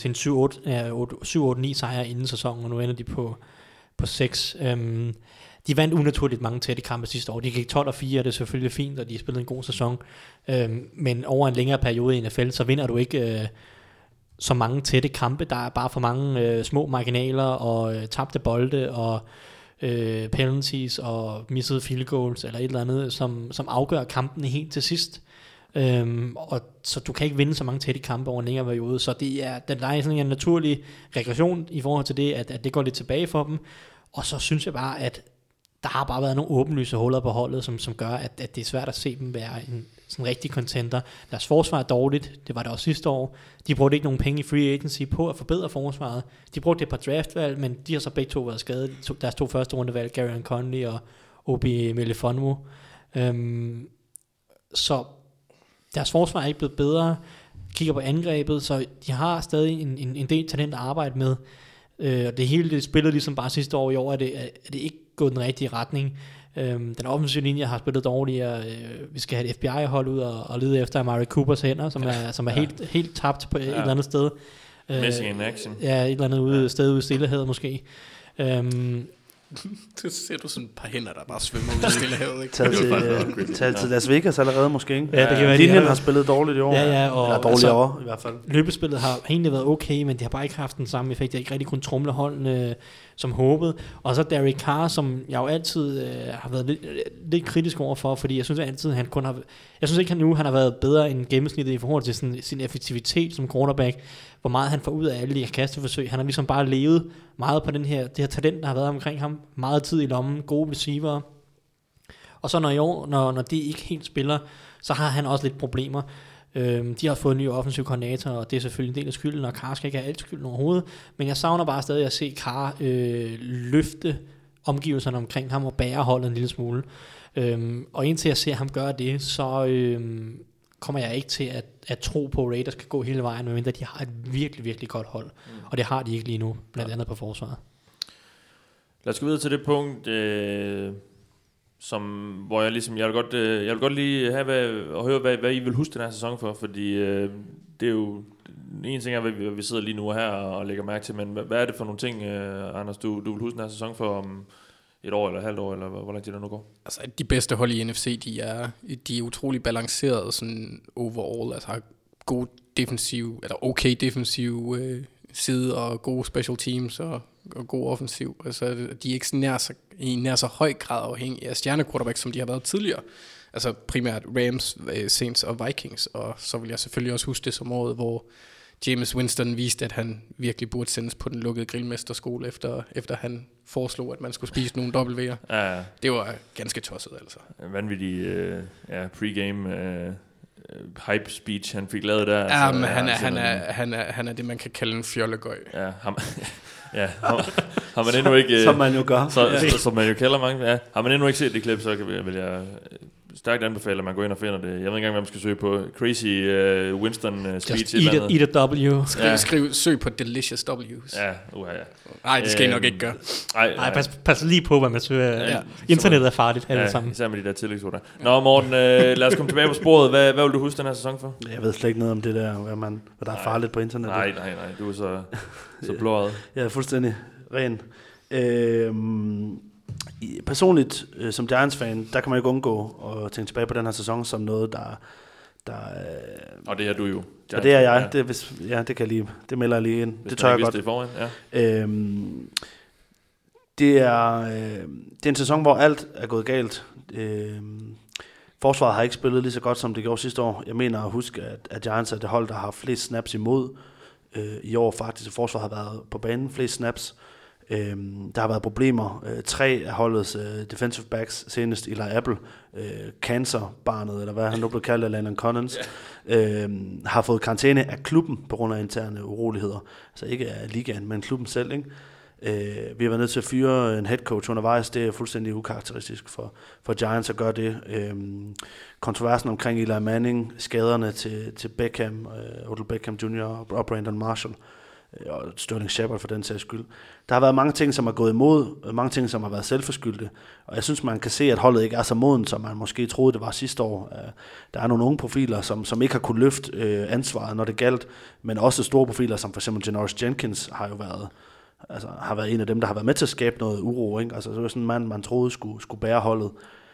7-8-9 sejr inden sæsonen, og nu ender de på 6. De vandt unaturligt mange tætte kampe sidste år. De gik 12-4, og det er selvfølgelig fint, og de spillede en god sæson. Men over en længere periode i NFL, så vinder du ikke... så mange tætte kampe. Der er bare for mange små marginaler og tabte bolde og penalties og missede field goals eller et eller andet, som afgør kampene helt til sidst. Og så du kan ikke vinde så mange tætte kampe over en længere periode. Så der er sådan en naturlig regression i forhold til det, at det går lidt tilbage for dem. Og så synes jeg bare, at der har bare været nogle åbenlyse huller på holdet, som gør, at det er svært at se dem være en sådan rigtig contender. Deres forsvar er dårligt, det var det også sidste år. De brugte ikke nogen penge i free agency på at forbedre forsvaret. De brugte et par draftvalg, men de har så begge to været skadet. Deres 2 første rundevalg, Gary Conley og Obi Melifonwu. Så deres forsvar er ikke blevet bedre. Kigger på angrebet, så de har stadig en del talent at arbejde med. Og det hele det spillet ligesom bare sidste år. I år er det ikke gået den rigtige retning. Den offensive linje har spillet dårligere. Vi skal have et FBI-hold ud og lede efter Amari Coopers hænder, som er helt tabt på et eller andet sted. Missing in action. Ja, et eller andet sted ude i stillehavet måske. Så ser du sådan et par hænder, der bare svømmer ud i stillehavet, ikke? Tal til Las Vegas allerede måske, ikke? Ja, det kan være, linjen har spillet dårligt i år. Ja, og eller dårligere år, i hvert fald. Løbespillet har egentlig været okay, men de har bare ikke haft den samme effekt. De har ikke rigtig kunnet tromle holdene som håbet. Og så Derek Carr, som jeg jo altid har været lidt kritisk overfor, fordi jeg synes altid, jeg synes ikke, han har været bedre end gennemsnittet i forhold til sin effektivitet som quarterback, hvor meget han får ud af alle de her kasteforsøg. Han har ligesom bare levet meget på det her talent, der har været omkring ham. Meget tid i lommen, gode receiver. Og så når de ikke helt spiller, så har han også lidt problemer. De har fået en ny offensiv koordinator, og det er selvfølgelig en del af skylden, og Carr skal ikke have alt skylden overhovedet. Men jeg savner bare stadig at se Carr løfte omgivelserne omkring ham og bære holdet en lille smule. Og indtil jeg ser ham gøre det, så kommer jeg ikke til at tro på, at Raiders kan gå hele vejen, medmindre de har et virkelig, virkelig godt hold. Og det har de ikke lige nu, blandt andet på forsvaret. Lad os gå videre til det punkt, hvor jeg ligesom, jeg vil godt lige have og høre, hvad I vil huske den her sæson for, fordi det er jo en ting, at vi sidder lige nu her og lægger mærke til, men hvad er det for nogle ting, Anders, du vil huske den her sæson for om et år eller et halvt år, eller hvor lang tid der nu går? Altså, de bedste hold i NFC, de er utrolig balancerede sådan overall, altså har god defensiv, eller okay defensiv side, og gode special teams, og god offensiv. Altså, de er ikke nær så høj grad afhængige af stjernequarterbacks, som de har været tidligere. Altså primært Rams, Saints og Vikings, og så vil jeg selvfølgelig også huske det som året, hvor Jameis Winston viste, at han virkelig burde sendes på den lukkede grillmesterskole, efter han foreslog, at man skulle spise nogle W'er. Ja. Det var ganske tosset, altså. Vanvittig pregame hype speech, han fik lavet der. Ja, altså, men han er det, man kan kalde en fjollegøj. Ja, har man endnu ikke... som man jo gør. Som man jo kalder mange. Ja. Har man endnu ikke set det klip, så vil jeg stærkt anbefale, at man går ind og finder det. Jeg ved ikke engang, hvad man skal søge på. Crazy Winston speech. Just eat a W. Søg på Delicious W's. Ja, Nej, det skal I nok ikke gøre. Nej, pas lige på, hvad man søger. Internettet er farligt, alle sammen. Især med de der tillægsord der. Nå, Morten, lad os komme tilbage på sporet. Hvad vil du huske den her sæson for? Jeg ved slet ikke noget om det der, hvad der er farligt på internettet. Nej, du er så blåret. Jeg er fuldstændig ren. Personligt, som Giants-fan, der kan man ikke undgå at tænke tilbage på den her sæson som noget, der og det er du jo. Og det er jeg. Ja. Det kan jeg lige. Det melder jeg lige ind. Hvis det tør jeg godt. Det i forvejen, ja. Det er en sæson, hvor alt er gået galt. Forsvaret har ikke spillet lige så godt, som det gjorde sidste år. Jeg mener at huske, at Giants er det hold, der har flest snaps imod. I år faktisk, at forsvaret har været på banen flest snaps. Der har været problemer. 3 af holdets defensive backs, senest Eli Apple, cancerbarnet, eller hvad han nu blev kaldt af Landon Collins, har fået karantæne af klubben på grund af interne uroligheder. Altså ikke af ligaen, men klubben selv, ikke? Vi har været nødt til at fyre en head coach undervejs. Det er fuldstændig ukarakteristisk for Giants at gøre det. Kontroversen omkring Eli Manning, skaderne til Beckham, Odell Beckham Jr. og Brandon Marshall, og Sterling Shepard for den sags skyld. Der har været mange ting, som er gået imod, mange ting, som har været selvforskyldte, og jeg synes, man kan se, at holdet ikke er så moden, som man måske troede, det var sidste år. Der er nogle unge profiler, som ikke har kunnet løfte ansvaret, når det galt, men også store profiler, som for eksempel Janoris Jenkins har jo været en af dem, der har været med til at skabe noget uro, ikke? Altså, det var sådan en mand, man troede skulle bære holdet.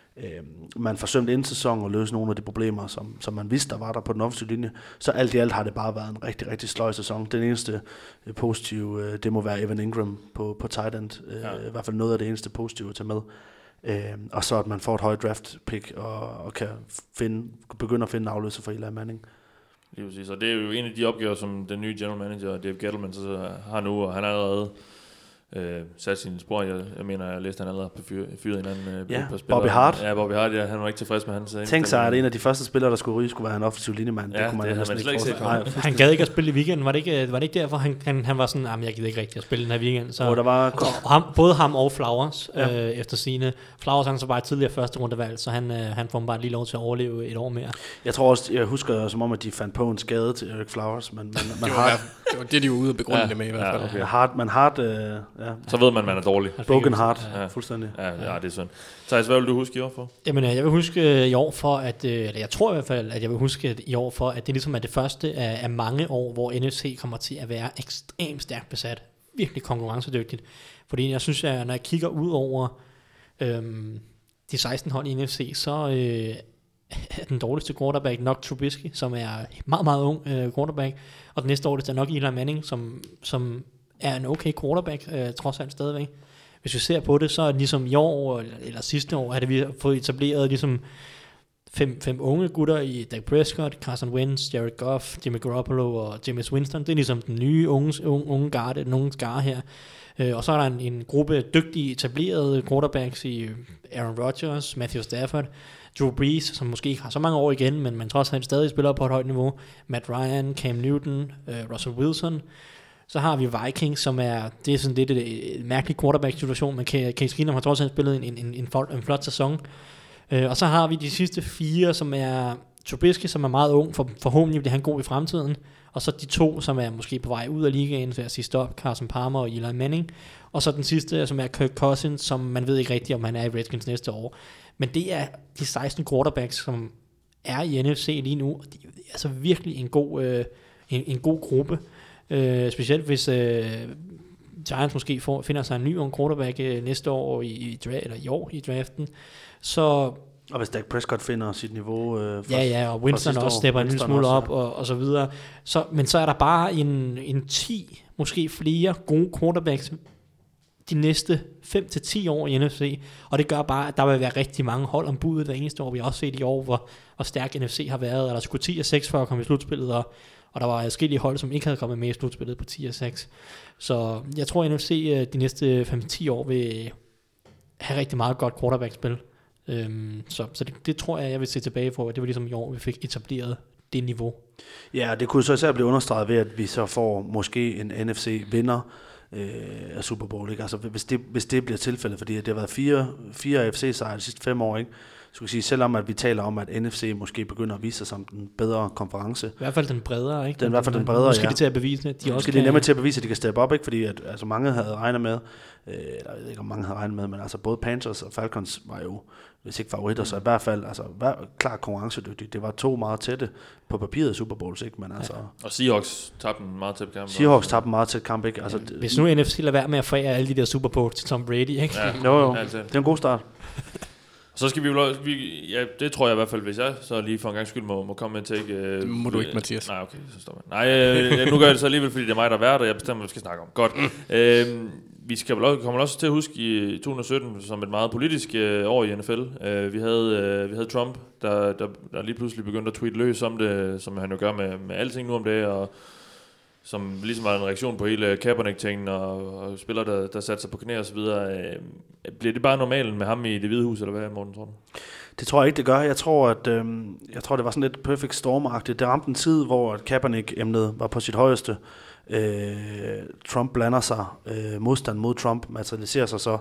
Man forsømte inden sæson at løse nogle af de problemer, som man vidste, der var der på den offensive linje. Så alt i alt har det bare været en rigtig, rigtig sløj sæson. Den eneste positive, det må være Evan Ingram på tight end. I hvert fald noget af det eneste positive at tage med. Og så at man får et højt draft pick og kan begynde at finde en afløser for Eli Manning. Det vil sige, så det er jo en af de opgaver, som den nye general manager, Dave Gettleman, så har nu, og han har allerede sat sine spor. Jeg mener, jeg læste, han allerede fyret en anden på spiller. Bobby Hart. Ja, Bobby Hart, ja. Han var ikke tilfreds med hans. Tænk sig, at en af de første spillere, der skulle ryge, skulle være en offensiv linjemand. Ja, det kunne man slet ikke se. Han gad ikke at spille i weekenden. Var det ikke derfor, han var sådan, jeg gider ikke rigtig at spille den her weekend. Så, der var både ham og Flowers efter sine. Flowers han så bare tidligere første rundevalg, så han får bare lige lov til at overleve et år mere. Jeg tror også, jeg husker som om, at de fandt på en skade til Eric Flowers, men det var det, de var ude og begrunde det med i hvert fald. Okay. Hart, så ved man er dårlig. Broken heart, fuldstændig. Ja, det er sådan. Thijs, hvad vil du huske i år for? Jamen, jeg vil huske i år for, eller jeg tror i hvert fald, at jeg vil huske i år for, at det ligesom er det første af mange år, hvor NFC kommer til at være ekstremt stærkt besat. Virkelig konkurrencedygtigt. Fordi jeg synes, at når jeg kigger ud over de 16 hold i NFC, så er den dårligste quarterback nok Trubisky, som er meget, meget ung quarterback. Og den næste år, det er nok Eli Manning, som er en okay quarterback, trods alt stadigvæk. Hvis vi ser på det, så er det ligesom i år, eller sidste år, er det vi har fået etableret ligesom fem unge gutter i Dak Prescott, Carson Wentz, Jared Goff, Jimmy Garoppolo og Jameis Winston. Det er ligesom den nye unge garde, den unge skare her. Og så er der en gruppe dygtige etablerede quarterbacks i Aaron Rodgers, Matthew Stafford, Drew Brees, som måske ikke har så mange år igen, men trods alt stadig spiller på et højt niveau. Matt Ryan, Cam Newton, Russell Wilson. Så har vi Vikings, som det er sådan lidt et mærkeligt quarterback-situation, men Case Keenum har trods alt spillet en flot sæson. Og så har vi de sidste 4, som er Trubisky, som er meget ung, forhåbentlig bliver han god i fremtiden. Og så de 2, som er måske på vej ud af ligaen, så jeg siger stop, Carson Palmer og Eli Manning. Og så den sidste, som er Kirk Cousins, som man ved ikke rigtigt, om han er i Redskins næste år. Men det er de 16 quarterbacks, som er i NFC lige nu. Og det er altså virkelig en god gruppe. Specielt hvis Giants måske finder sig en ny ung quarterback næste år eller i år i draften. Så og hvis Dak Prescott finder sit niveau og Winston også stepper en lille smule op og så videre. Men så er der bare en 10, måske flere gode quarterbacks de næste 5-10 år i NFC, og det gør bare, at der vil være rigtig mange hold om budet hver eneste år. Vi har også set i år, hvor stærk NFC har været, og der skulle 10-6 for at komme i slutspillet, og der var adskillige hold, som ikke havde kommet med i slutspillet på 10-6. Så jeg tror, at NFC de næste 5-10 år vil have rigtig meget godt quarterback-spil. Så det tror jeg vil se tilbage på, at det var ligesom i år, vi fik etableret det niveau. Ja, det kunne så især blive understreget ved, at vi så får måske en NFC-vinder af Super Bowl, ikke? Altså hvis det bliver tilfældet, fordi det har været fire AFC-sejre de sidste 5 år, ikke? Så kan sige, selvom at vi taler om, at NFC måske begynder at vise sig som den bedre konference. I hvert fald den bredere, ikke? Den i hvert fald den bredere, måske de til at bevise, at de også kan. Nemmere til at bevise, at de kan steppe op, ikke? Fordi at, altså mange havde regnet med, eller jeg ved ikke om mange havde regnet med, men altså både Panthers og Falcons var jo, hvis ikke favoritter, så i hvert fald altså klart konkurrencedygtige. Det var 2 meget tætte på papiret Super Bowls, ikke? Men altså og Seahawks tabte en meget tæt kamp. Seahawks tabte en meget tæt kamp, ikke? Altså hvis nu NFC lader være med at forære alle de der Super Bowls til Tom Brady, ikke? Ja, jo. Det er en god start. Så skal ja, det tror jeg i hvert fald, hvis jeg så lige for en gang skyld må komme med en take. Må du ikke, Mathias. Nej, okay, så stopper jeg. Nu gør jeg det så alligevel, fordi det er mig, der er vært, og jeg bestemmer, hvad vi skal snakke om. Godt. Vi kommer også til at huske i 2017 som et meget politisk år i NFL. Vi havde Trump, der lige pludselig begyndte at tweete løs om det, som han jo gør med alting nu om det, og som ligesom var en reaktion på hele Kaepernick-tingen, og spillere, der satte sig på knæ og så videre. Bliver det bare normalen med ham i Det Hvide Hus, eller hvad, Morten, tror du? Det tror jeg ikke, det gør. Jeg tror, det var sådan lidt perfect storm-agtigt. Det ramte en tid, hvor Kaepernick-emnet var på sit højeste. Trump blander sig. Modstand mod Trump materialiserer sig så.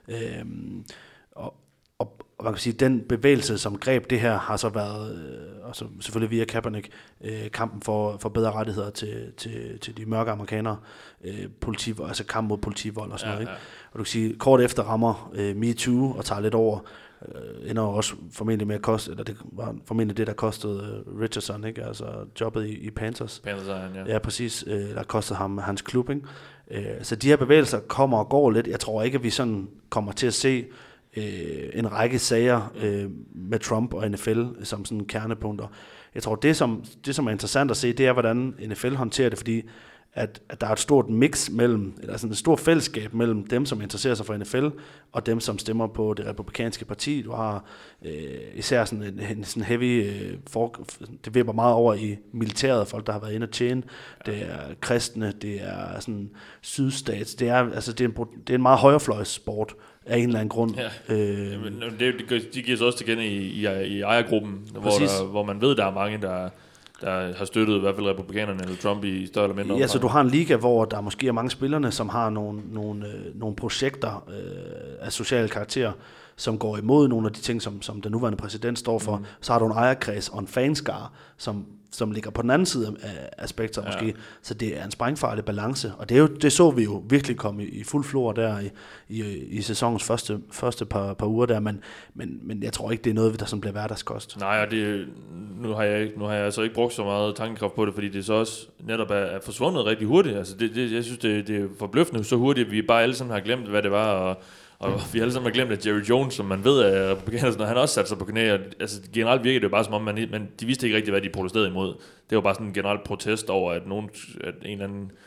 Og man kan sige, den bevægelse, som greb det her, har så været, altså selvfølgelig via Kaepernick, kampen for bedre rettigheder til de mørke amerikanere, altså kamp mod politivold og sådan noget. Ikke? Og du kan sige, kort efter rammer MeToo og tager lidt over, ender også formentlig med at koste, eller det var formentlig det, der kostede Richardson, ikke? Altså jobbet i Panthers. Ja, præcis. Der kostede ham hans klub, ikke? Så de her bevægelser kommer og går lidt. Jeg tror ikke, at vi sådan kommer til at se en række sager med Trump og NFL som sådan kernepunkter. Jeg tror, det som er interessant at se, det er, hvordan NFL håndterer det, fordi at der er et stort mix mellem, eller sådan et stort fællesskab mellem dem, som interesserer sig for NFL, og dem, som stemmer på det republikanske parti. Du har især sådan en sådan heavy, det vipper meget over i militæret, folk, der har været inde og tjene. Det er kristne, det er sådan sydstats, det er en meget højrefløjssport af en eller anden grund. Ja. De giver sig også til kende i ejergruppen, hvor man ved, der er mange, der har støttet i hvert fald republikanerne eller Trump i større eller mindre. Ja, så du har en liga, hvor der måske er mange spillerne, som har nogle projekter af social karakter, som går imod nogle af de ting, som den nuværende præsident står for. Så har du en ejerkreds og en fanskare, som ligger på den anden side af spektret måske. Så det er en sprængfarlig balance, og det så vi jo virkelig komme i fuld flor der i sæsonens første par uger der, men jeg tror ikke, det er noget, der som bliver hverdagskost. Nej, og nu har jeg altså ikke brugt så meget tankekraft på det, fordi det så også netop er forsvundet rigtig hurtigt. Altså jeg synes, det er forbløffende så hurtigt, at vi bare alle sammen har glemt, hvad det var, og vi alle sammen har glemt, at Jerry Jones, som man ved er republikaner, når han også satte sig på knæ, og altså generelt virkede det jo bare som om, men de vidste ikke rigtig, hvad de protesterede imod. Det var bare sådan en generel protest over, at en eller anden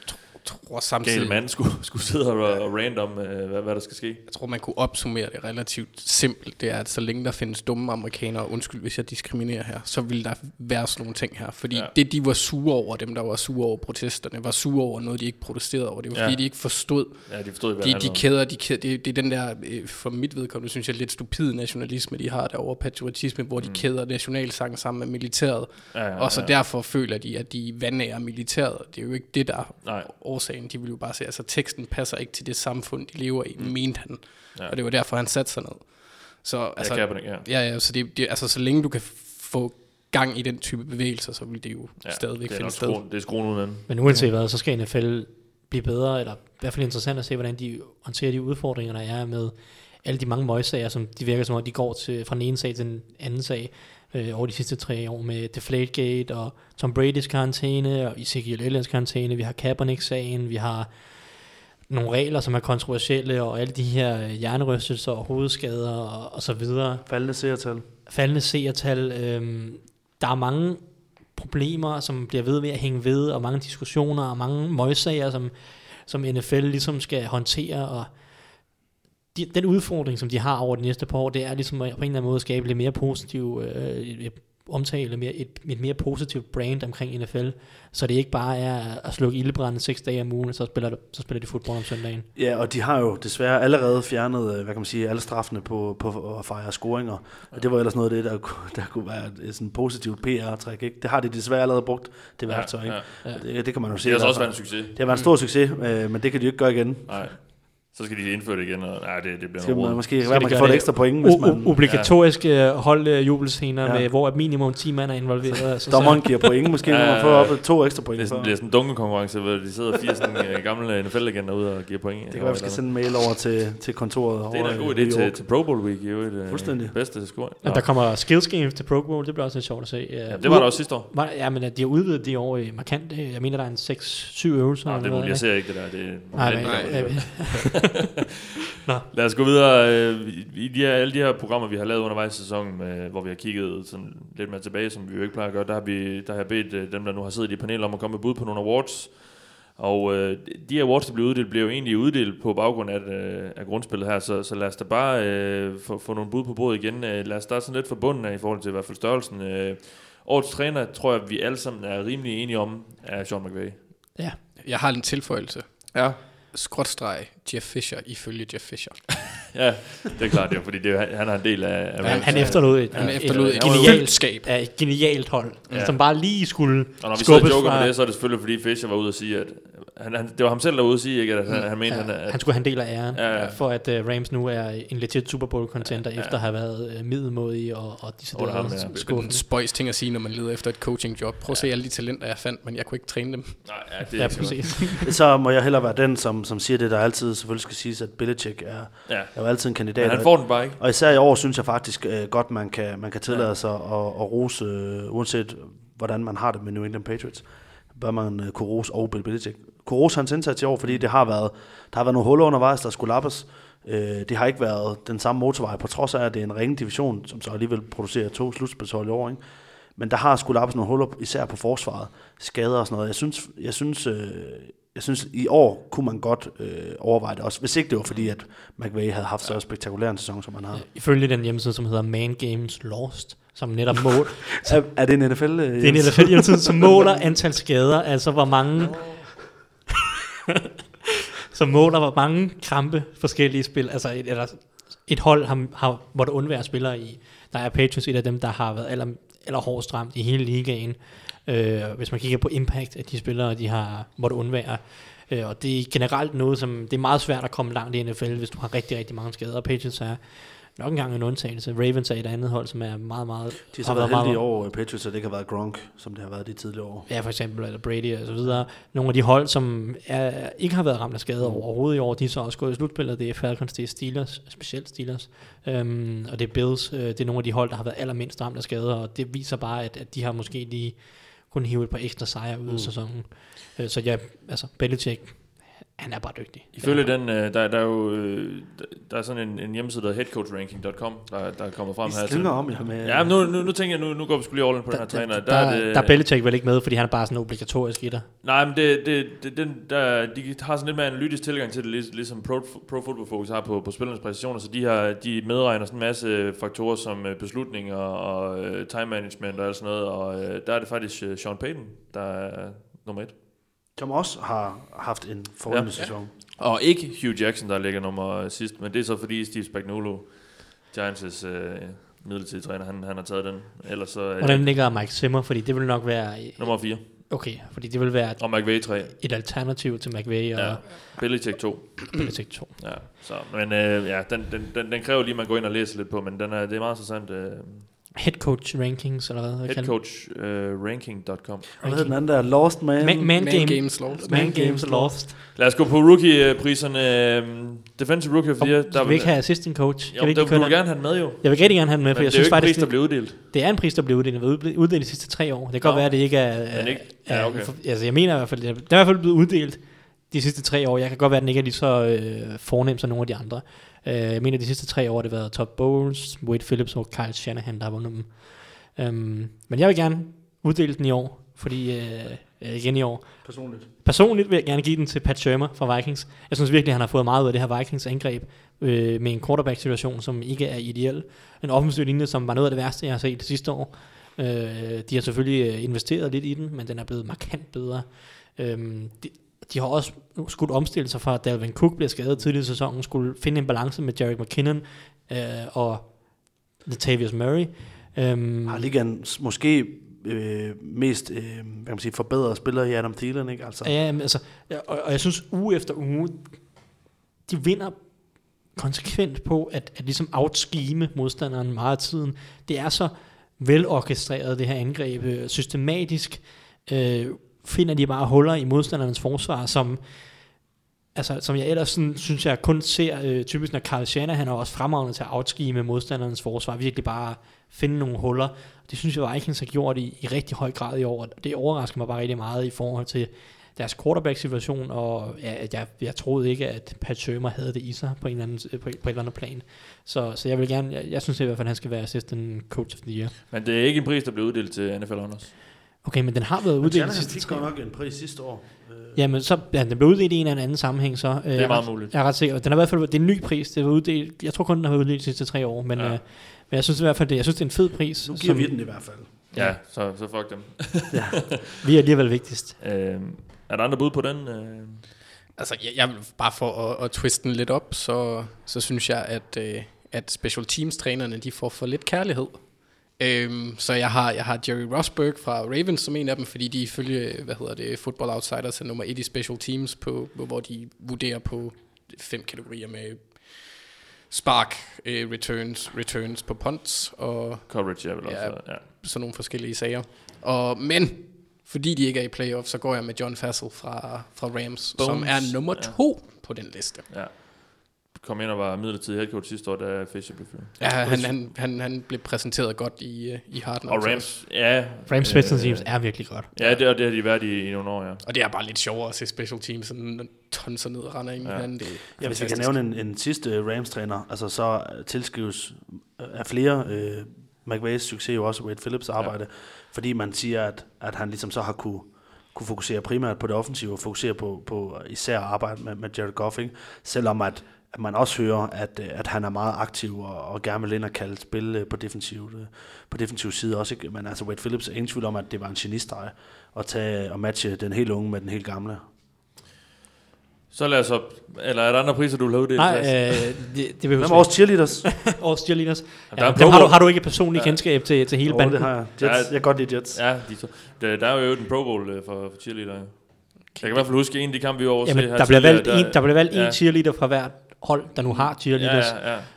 tror samtidig... Gale mand skulle sidde og random, hvad der skal ske. Jeg tror, man kunne opsummere det relativt simpelt. Det er, at så længe der findes dumme amerikanere, undskyld hvis jeg diskriminerer her, så vil der være sådan nogle ting her. Fordi det, de var sure over, dem der var sure over protesterne, var sure over noget, de ikke protesterede over. Det var fordi, de ikke forstod. Ja, de forstod, hvad de kæder, det er den der, for mit vedkommende, synes jeg, lidt stupide nationalisme, de har derovre, patriotisme, hvor de kæder nationalsangen sammen med militæret. Og så derfor føler de, at de vandærer militæret. Det er jo ikke det, der er årsagen. De vil jo bare sige, altså teksten passer ikke til det samfund, de lever i, mente han. Ja. Og det var derfor, han satte sig ned. Så, altså, så det, altså, så længe du kan få gang i den type bevægelser, så vil det jo stadigvæk finde sted. Det er skruen ud med den. Men uanset hvad, så skal NFL blive bedre, eller i hvert fald interessant at se, hvordan de håndterer de udfordringer, der er med alle de mange møgssager, som de virker som om, de går fra den ene sag til den anden sag over de sidste 3 år med Deflategate og Tom Brady's karantæne og Ezekiel Elliott's karantæne. Vi har Kaepernick-sagen, vi har nogle regler, som er kontroversielle, og alle de her hjernerystelser og hovedskader og så videre. Faldende seertal. Der er mange problemer, som bliver ved at hænge ved, og mange diskussioner og mange møgssager, som NFL ligesom skal håndtere, og den udfordring, som de har over de næste par år, det er ligesom på en eller anden måde at skabe lidt mere positiv omtale, et mere positivt brand omkring NFL, så det ikke bare er at slukke ildebranden 6 dage om ugen, så spiller de fodbold om søndagen. Ja, og de har jo desværre allerede fjernet, hvad kan man sige, alle straffene på at fejre scoringer, og det var ellers noget af det, der kunne være et sådan positivt PR-træk, ikke? Det har de desværre allerede brugt, det værktøj, ikke? Ja. Det kan man jo se. Det har også været en succes. Det har været en stor succes, men det kan de jo ikke gøre igen. Nej. Så skal de indføre det igen, og det bliver noget råd. Måske man kan få et ekstra point, hvis man... Obligatoriske holdjubelscener, med, hvor minimum 10 mand er involveret. Dommeren giver point, måske når man får op 2 ekstra point. Det er sådan en dunkekonkurrence, hvor de sidder 4 sådan gamle NFL-legender ude og giver point. Det kan være, vi skal sende en mail over til kontoret. Det er en god idé til Pro Bowl Week, jo fuldstændig. Bedste score. Der kommer skills games til Pro Bowl, det bliver også lidt sjovt at se. Ja, det var der også sidste år. Ja, men de har udvidet de år markant. Jeg mener, der er en 6-7 øvelser. Nej, det er jeg ser ikke det der. Nej. Lad os gå videre. I alle de her programmer, vi har lavet undervejs i sæsonen, hvor vi har kigget sådan lidt mere tilbage, som vi jo ikke plejer at gøre, der har jeg bedt dem, der nu har siddet i panelet, om at komme med bud på nogle awards. Og de awards, der blev uddelt, blev jo egentlig uddelt på baggrund af grundspillet her, så lad os da bare få nogle bud på bordet igen. Lad os starte sådan lidt fra bunden af i forhold til i hvert fald størrelsen. Årets træner, tror jeg, vi alle sammen er rimelig enige om, er Sean McVay. Ja, jeg har en tilføjelse. Ja. Skråtstreg Jeff Fisher ifølge Jeff Fisher. Ja, det er klart, ja, fordi han har en del af han efterlod et genialt hold, som bare lige skulle skubbes fra. Og når vi så joker med det, så er det selvfølgelig, fordi Fisher var ude at sige, at det var ham selv, der var ude at sige, ikke, at han mente, han skulle have en del af æren for, at Rams nu er en legit Super Bowl contender, efter at have været middelmodig og disse der skuffende. Det er en spøjs ting at sige, når man leder efter et coaching job. Prøv at se alle de talenter, jeg fandt, men jeg kunne ikke træne dem. Nej, det er præcis. Så må jeg hellere være den, som siger det, der altid selvfølgelig skal siges, at Belichick er jo altid en kandidat. Men han får den bare ikke. Og især i år synes jeg faktisk godt, man kan tillade sig at rose, uanset hvordan man har det med New England Patriots, bør man kunne rose og Bill Belichick. Kunne rose hans indsats i år, fordi der har været nogle huller undervejs, der skulle lappes. Det har ikke været den samme motorvej, på trods af, at det er en ringe division, som så alligevel producerer 2 slutspilshold i år, ikke? Men der har skulle lappes nogle huller, især på forsvaret, skader og sådan noget. Jeg synes i år kunne man godt overveje det også, hvis ikke det var fordi, at McVay havde haft så spektakulær en sæson, som han har. Ifølge den hjemmeside, som hedder Man Games Lost, som netop måler... er det en NFL? Det er en NFL hjemmeside, som måler antal skader, altså hvor mange... som måler, hvor mange krampe forskellige spil, altså et hold har måtte undvære spillere i. Der er Patriots et af dem, der har været eller hårdest ramt i hele ligaen. Hvis man kigger på impact af de spillere, de har måtte undvære. Og det er generelt noget, som det er meget svært at komme langt i NFL, hvis du har rigtig, rigtig mange skader. Patriots er nok engang en undtagelse. Ravens er et andet hold, som er meget, meget... De har så været heldige i år, Patriots, at det ikke har været Gronk, som det har været de tidligere år. Ja, for eksempel, eller Brady og så videre. Nogle af de hold, som ikke har været ramt af skader overhovedet i år, de er så også gået i slutspillet. Det er Falcons, det er Steelers, specielt Steelers, og det er Bills. Det er nogle af de hold, der har været allermindst ramt af skader, og det viser bare, at de har måske lige kun hive et par ekstra sejre ud af sæsonen. Så ja, altså Belichick, han er bare dygtig. Ifølge den, der er jo der er sådan en hjemmeside, der hedder headcoachranking.com, der er kommet frem her. Slynger om, med... Ja, men nu tænker jeg, nu går vi sgu lige all in på den her træner. Der er Belichick vel ikke med, fordi han er bare sådan obligatorisk i der. Nej, men de har sådan lidt mere analytisk tilgang til det, ligesom Pro Football Focus har på spillernes præstationer, så de medregner sådan en masse faktorer som beslutninger og time management og alt sådan noget, og der er det faktisk Sean Payton, der er nummer 1. Som også har haft en forrygende sæson. Og ikke Hugh Jackson, der ligger nummer sidst, men det er så fordi Steve Spagnuolo, Giants' midlertidige træner, han har taget den. Ellers så hvordan ligger Mike Zimmer, fordi det vil nok være... Nummer 4. Okay, fordi det vil være... Og McVay 3. Et alternativ til McVay og... Ja, Belichick 2. Belichick 2. Ja, så, men den kræver lige, at man går ind og læser lidt på, men det er meget interessant... Head coach rankings eller hvad? Headcoachranking.com. Hvad hedder den anden der? Lost Man? Man Games Lost. Man Games Lost. Lad os gå på rookie-priserne. Defensive Rookie of the Year. Skal vi ikke have assistant coach? Jo, du vil gerne have den med jo. Jeg vil rigtig gerne have den med, for jeg synes faktisk... det er jo ikke en pris, der bliver uddelt. Det er en pris, der bliver uddelt. Den har været uddelt de sidste 3 år. Det kan godt være, at det ikke er... okay. Altså jeg mener i hvert fald, det er i hvert fald blevet uddelt de sidste 3 år. Jeg kan godt være, at den ikke er lige så fornem som nogle af de andre. Jeg mener, de sidste 3 år har det været Todd Bowles, Wade Phillips og Kyle Shanahan, der har vundet dem. Men jeg vil gerne uddele den i år, fordi igen i år. Personligt vil jeg gerne give den til Pat Shurmur fra Vikings. Jeg synes virkelig, han har fået meget ud af det her Vikings angreb med en quarterback-situation, som ikke er ideel. En offensiv linje, som var noget af det værste, jeg har set det sidste år. De har selvfølgelig investeret lidt i den, men den er blevet markant bedre. De har også skulle omstille sig fra, at Dalvin Cook bliver skadet tidligere i sæsonen, skulle finde en balance med Jerick McKinnon og Latavius Murray. Har ligaens måske mest hvad kan man sige, forbedrede spillere i Adam Thielen, ikke? Altså. Ja, altså, og jeg synes uge efter uge, de vinder konsekvent på at ligesom outscheme modstanderen meget af tiden. Det er så velorkestreret, det her angreb, systematisk finder de bare huller i modstandernes forsvar, som jeg ellers sådan, synes jeg kun ser typisk, når Kyle Shanahan er også fremragende til at outscheme modstandernes forsvar, virkelig bare finde nogle huller. Det synes jeg, Vikings har gjort i rigtig høj grad i år, og det overrasker mig bare rigtig meget i forhold til deres quarterback-situation, og jeg troede ikke, at Pat Shurmur havde det i sig på et eller andet plan. Så jeg vil gerne, jeg synes i hvert fald, at han skal være assistant coach of the year. Men det er ikke en pris, der blev uddelt til NFL Honors. Okay, men den har været uddelt sidste. Han fik godt nok en pris sidste år. Jamen, så den blev uddelt i en eller anden sammenhæng, så... det er meget muligt. Jeg er ret sikker. Den er i hvert fald, det er en ny pris. Det var uddelt, jeg tror kun, den har været uddelt de sidste 3 år, men, men jeg synes i hvert fald, det er en fed pris. Nu giver vi den i hvert fald. Ja, så fuck dem. Ja. Vi er alligevel vigtigst. Er der andre bud på den? Altså, jeg vil bare for at twiste den lidt op, så synes jeg, at special teams trænerne, de får for lidt kærlighed. Så jeg har Jerry Rosberg fra Ravens som en af dem, fordi de ifølge, Football Outsiders er nummer 1 i special teams, hvor de vurderer på 5 kategorier med spark, returns på punts og coverage, vel også. Ja. Sådan nogle forskellige sager. Men fordi de ikke er i playoff, så går jeg med John Fassel fra Rams, som er nummer 2 på den liste. Ja. Kom ind og var midlertidig headcoach sidste år, da Fisher blev fyret. Ja, han blev præsenteret godt i Harden. Og Rams, Rams special teams er virkelig godt. Ja, det har de været i nogle år, ja. Og det er bare lidt sjovere at se special teams sådan tonser ned og render ind i hinanden. Hvis vi kan nævne en sidste Rams-træner, altså så tilskrives af flere McVays succes jo også Wade Phillips arbejde, fordi man siger, at han ligesom så har kunne fokusere primært på det offensive og fokusere på især arbejde med Jared Goff, ikke? Selvom at man også hører, at han er meget aktiv og gerne vil ind og kalde spil på defensiv side også, ikke? Men altså Wade Phillips er ingen tvivl om, at det var en genistreg at tage og matche den helt unge med den helt gamle. Så lad os op. Eller er der andre priser, du vil have uddelt? Nej, det vil hvem er årets cheerleaders? Årets cheerleaders. Ja, dem har du ikke personligt kendskab til hele banden? Det har jeg. Jets. Jeg kan godt lide Jets. Ja, der er jo en Pro Bowl for cheerleader. Jeg kan i hvert fald huske en af de kampe, vi over her. Der bliver valgt en cheerleader fra hvert hold, der nu har cheerleaders.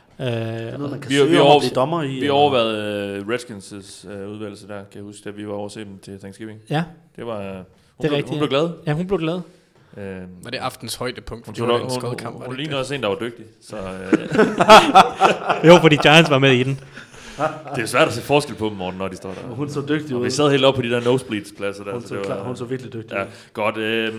Vi overvejede Redskins' udvalgelse der, kan jeg huske, da vi var over at se dem til Thanksgiving. Ja. Det var... Hun blev glad. Ja, hun blev glad. Var det aftens højdepunkt? Hun lignede også en, der var dygtig. Så, jo, fordi Giants var med i den. Det er svært at se forskel på dem, Morten, når de står der. Hun så dygtig ud. Vi sad helt oppe på de der nosebleeds-pladser der. Hun så virkelig dygtig ja, ud. godt.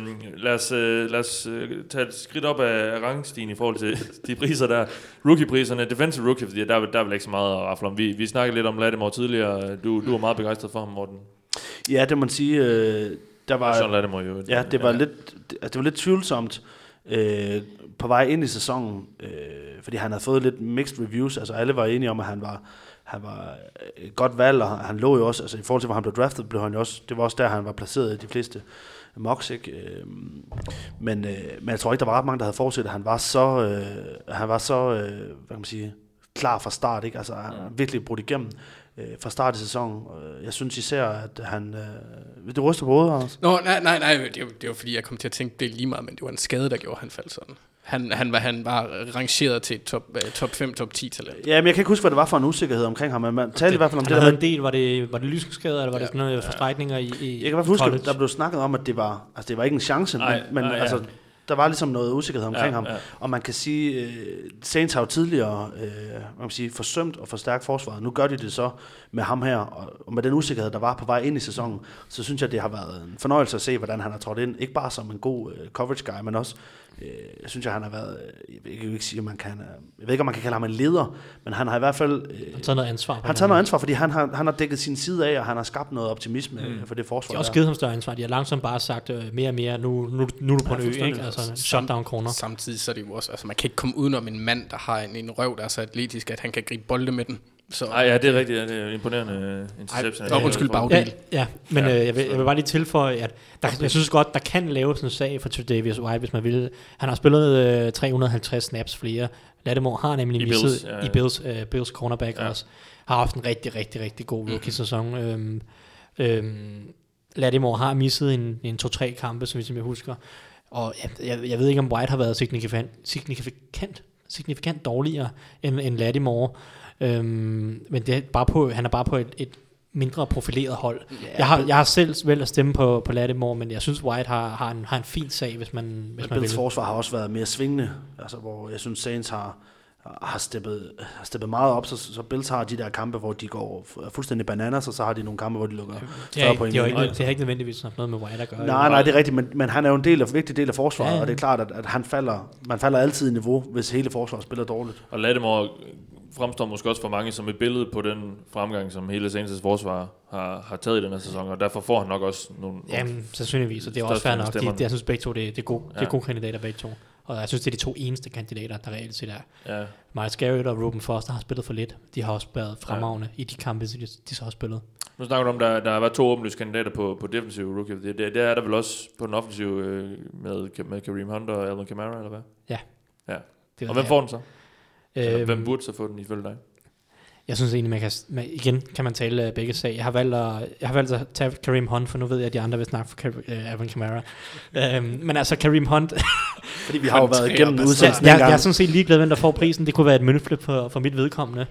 Lad os tage et skridt op af rangstigen i forhold til de priser der. Rookie-priserne, Defensive Rookie, fordi der er vel ikke så meget at rafle om. Vi snakkede lidt om Lattimore tidligere. Du var meget begejstret for ham, Morten. Ja, det må man sige. Der var, Sean Lattimore jo. Ja, det var lidt tvivlsomt på vej ind i sæsonen, fordi han havde fået lidt mixed reviews. Altså alle var enige om, at han var et godt valg, og han lå jo også, altså i forhold til, hvor han blev draftet, blev han jo også, det var også der, han var placeret i de fleste mocks, ikke? Men jeg tror ikke, der var ret mange, der havde forudset, at han var så hvad kan man sige, klar fra start, ikke? Altså han virkelig brudt igennem fra start af sæsonen. Jeg synes især, at han... det ryster på hovedet, Anders. Nå, nej, det var fordi, jeg kom til at tænke, det er lige meget, men det var en skade, der gjorde, han faldt sådan. Han var rangeret til top 5, top 10 talent. Ja, men jeg kan ikke huske, hvad det var for en usikkerhed omkring ham, men man talte i hvert fald om det der... En del, var det lyskenskader, eller var det sådan noget forstrækninger i jeg kan i hvert fald huske, der blev snakket om, at det var ikke en chance, men altså... Der var ligesom noget usikkerhed omkring ham, og man kan sige, Saints har jo tidligere forsømt og forstærkt forsvaret. Nu gør de det så med ham her, og med den usikkerhed, der var på vej ind i sæsonen, så synes jeg, det har været en fornøjelse at se, hvordan han har trådt ind. Ikke bare som en god coverage guy, men også, jeg synes, han har været, jeg ved ikke, om man kan kalde ham en leder, men han har i hvert fald... han tager noget ansvar. Han tager noget ansvar, fordi han har dækket sin side af, og han har skabt noget optimisme for det forsvar. De har også givet ham større ansvar. De har langsomt bare sagt mere og mere, nu er du på en ø, ikke? Altså shutdown-corner. Samtidig så er det jo også, altså man kan ikke komme udenom en mand, der har en røv, der er så atletisk, at han kan gribe bolde med den. Ja, det er rigtigt. Ja, det er imponerende interception. Undskyld, bagdel. Ja, men jeg vil bare lige tilføje, at jeg synes godt, der kan laves en sag for Tre'Davious White, hvis man vil. Han har spillet 350 snaps flere. Lattimore har nemlig misset i Bills cornerback også. Har haft en rigtig, rigtig, rigtig god rookie-sæson. Lattimore har misset en 2-3 kampe, som jeg husker. Og jeg ved ikke, om White har været signifikant dårligere end Lattimore. Men det er bare han er bare på et mindre profileret hold. Jeg har selv valgt at stemme på Lattimore, men jeg synes White har en fin sag, hvis man Bills forsvar har også været mere svingende, altså hvor jeg synes Saints har steppet meget op, så Bills har de der kampe, hvor de går fuldstændig bananas, og så har de nogle kampe, hvor de lukker større point. Det har ikke nødvendigvis noget med White at gøre. Nej, det er rigtigt, men han er jo en vigtig del af forsvaret, og det er klart, at man falder altid i niveau, hvis hele forsvaret spiller dårligt. Og Lattimore fremstår måske også for mange som et billede på den fremgang, som hele Saints' forsvar har taget i den her sæson, og derfor får han nok også nogle... Jamen, sandsynligvis, og det er også fair nok. Jeg synes begge to, det er gode kandidater begge to. Og jeg synes, det er de to eneste kandidater, der reelt set er. Ja. Miles Garrett og Reuben Foster har spillet for lidt. De har også været fremragende i de kampe, de så har spillet. Nu snakker du om, der har været 2 åbenlyse kandidater på defensive rookie. Det er der vel også på den offensive med Kareem Hunt og Alvin Kamara, eller hvad? Ja. Og hvem får den så? Hvem burde så få den ifølge dig? Jeg synes egentlig, igen kan man tale begge sag. Jeg har valgt at tage Kareem Hunt, for nu ved jeg, at de andre vil snakke for Alvin Kamara. Men altså Kareem Hunt... Fordi vi har jo været igennem udsendelsen jeg er sådan set ligeglad, hvem der får prisen. Det kunne være et mønteflip for mit vedkommende.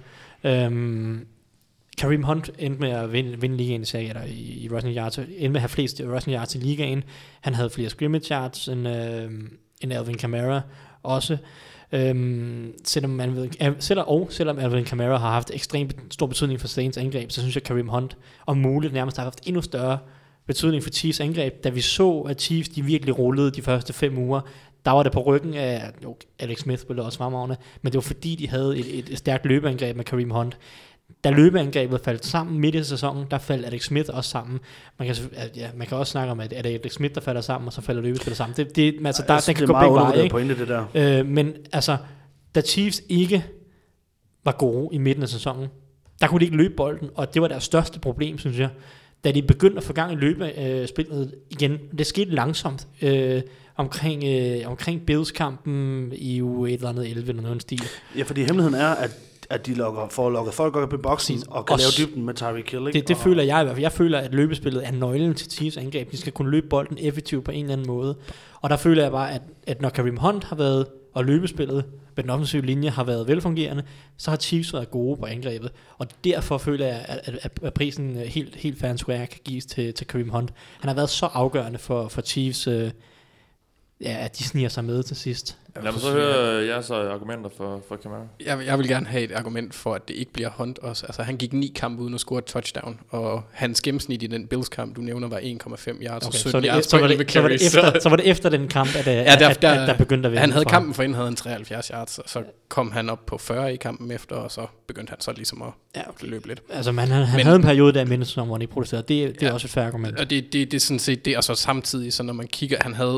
Kareem Hunt endte med at vinde ligaen i rushing yards. Endte med at have flest rushing yards i ligaen. Han havde flere scrimmage yards end Alvin Kamara også. Selvom Alvin Kamara har haft ekstremt stor betydning for Saints angreb, så synes jeg, at Kareem Hunt om muligt nærmest har haft endnu større betydning for Chiefs angreb. Da vi så, at Chiefs de virkelig rullede de første 5 uger, der var det på ryggen af Alex Smith spillede også fremragende, men det var fordi de havde et stærkt løbeangreb med Kareem Hunt. Da løbeangrebet faldt sammen midt i sæsonen, der faldt Alex Smith også sammen. Man kan også snakke om, at Alex Smith der falder sammen, og så falder løbespillet sammen. Der kan gå begge veje, pointe, det der. Men altså, da Chiefs ikke var gode i midten af sæsonen, der kunne de ikke løbe bolden, og det var deres største problem, synes jeg. Da de begyndte at få gang i løbespillet igen, det skete langsomt omkring Bills-kampen i uge 1 eller andet 11 eller noget stil. Ja, fordi hemmeligheden er, at de får lukket folk op i boksen og kan lave dybden med Tyreek Hill. Det føler jeg i hvert fald. Jeg føler, at løbespillet er nøglen til Chiefs angreb. De skal kunne løbe bolden effektivt på en eller anden måde. Og der føler jeg bare, at når Kareem Hunt har været, og løbespillet med den offensive linje har været velfungerende, så har Chiefs været gode på angrebet. Og derfor føler jeg, at prisen helt fair and square kan gives til Kareem Hunt. Han har været så afgørende for Chiefs at de sniger sig med til sidst. Lad mig så høre jeres argumenter for Kamara. Jeg vil gerne have et argument for, at det ikke bliver Hunt også. Altså, han gik 9 kampe uden at score et touchdown, og hans gennemsnit i den Bills-kamp, du nævner, var 1,5 yards og 17 yards på 11 carries. Så var det efter den kamp, at der begyndte at vinde. Han havde kampen for inden, havde han 73 yards, og så kom han op på 40 i kampen efter, og så begyndte han så ligesom at løbe lidt. Altså, han havde en periode der i midten, hvor han ikke protesterede. Det er også et fair argument. Og det er sådan set det, og så samtidig, så når man kigger,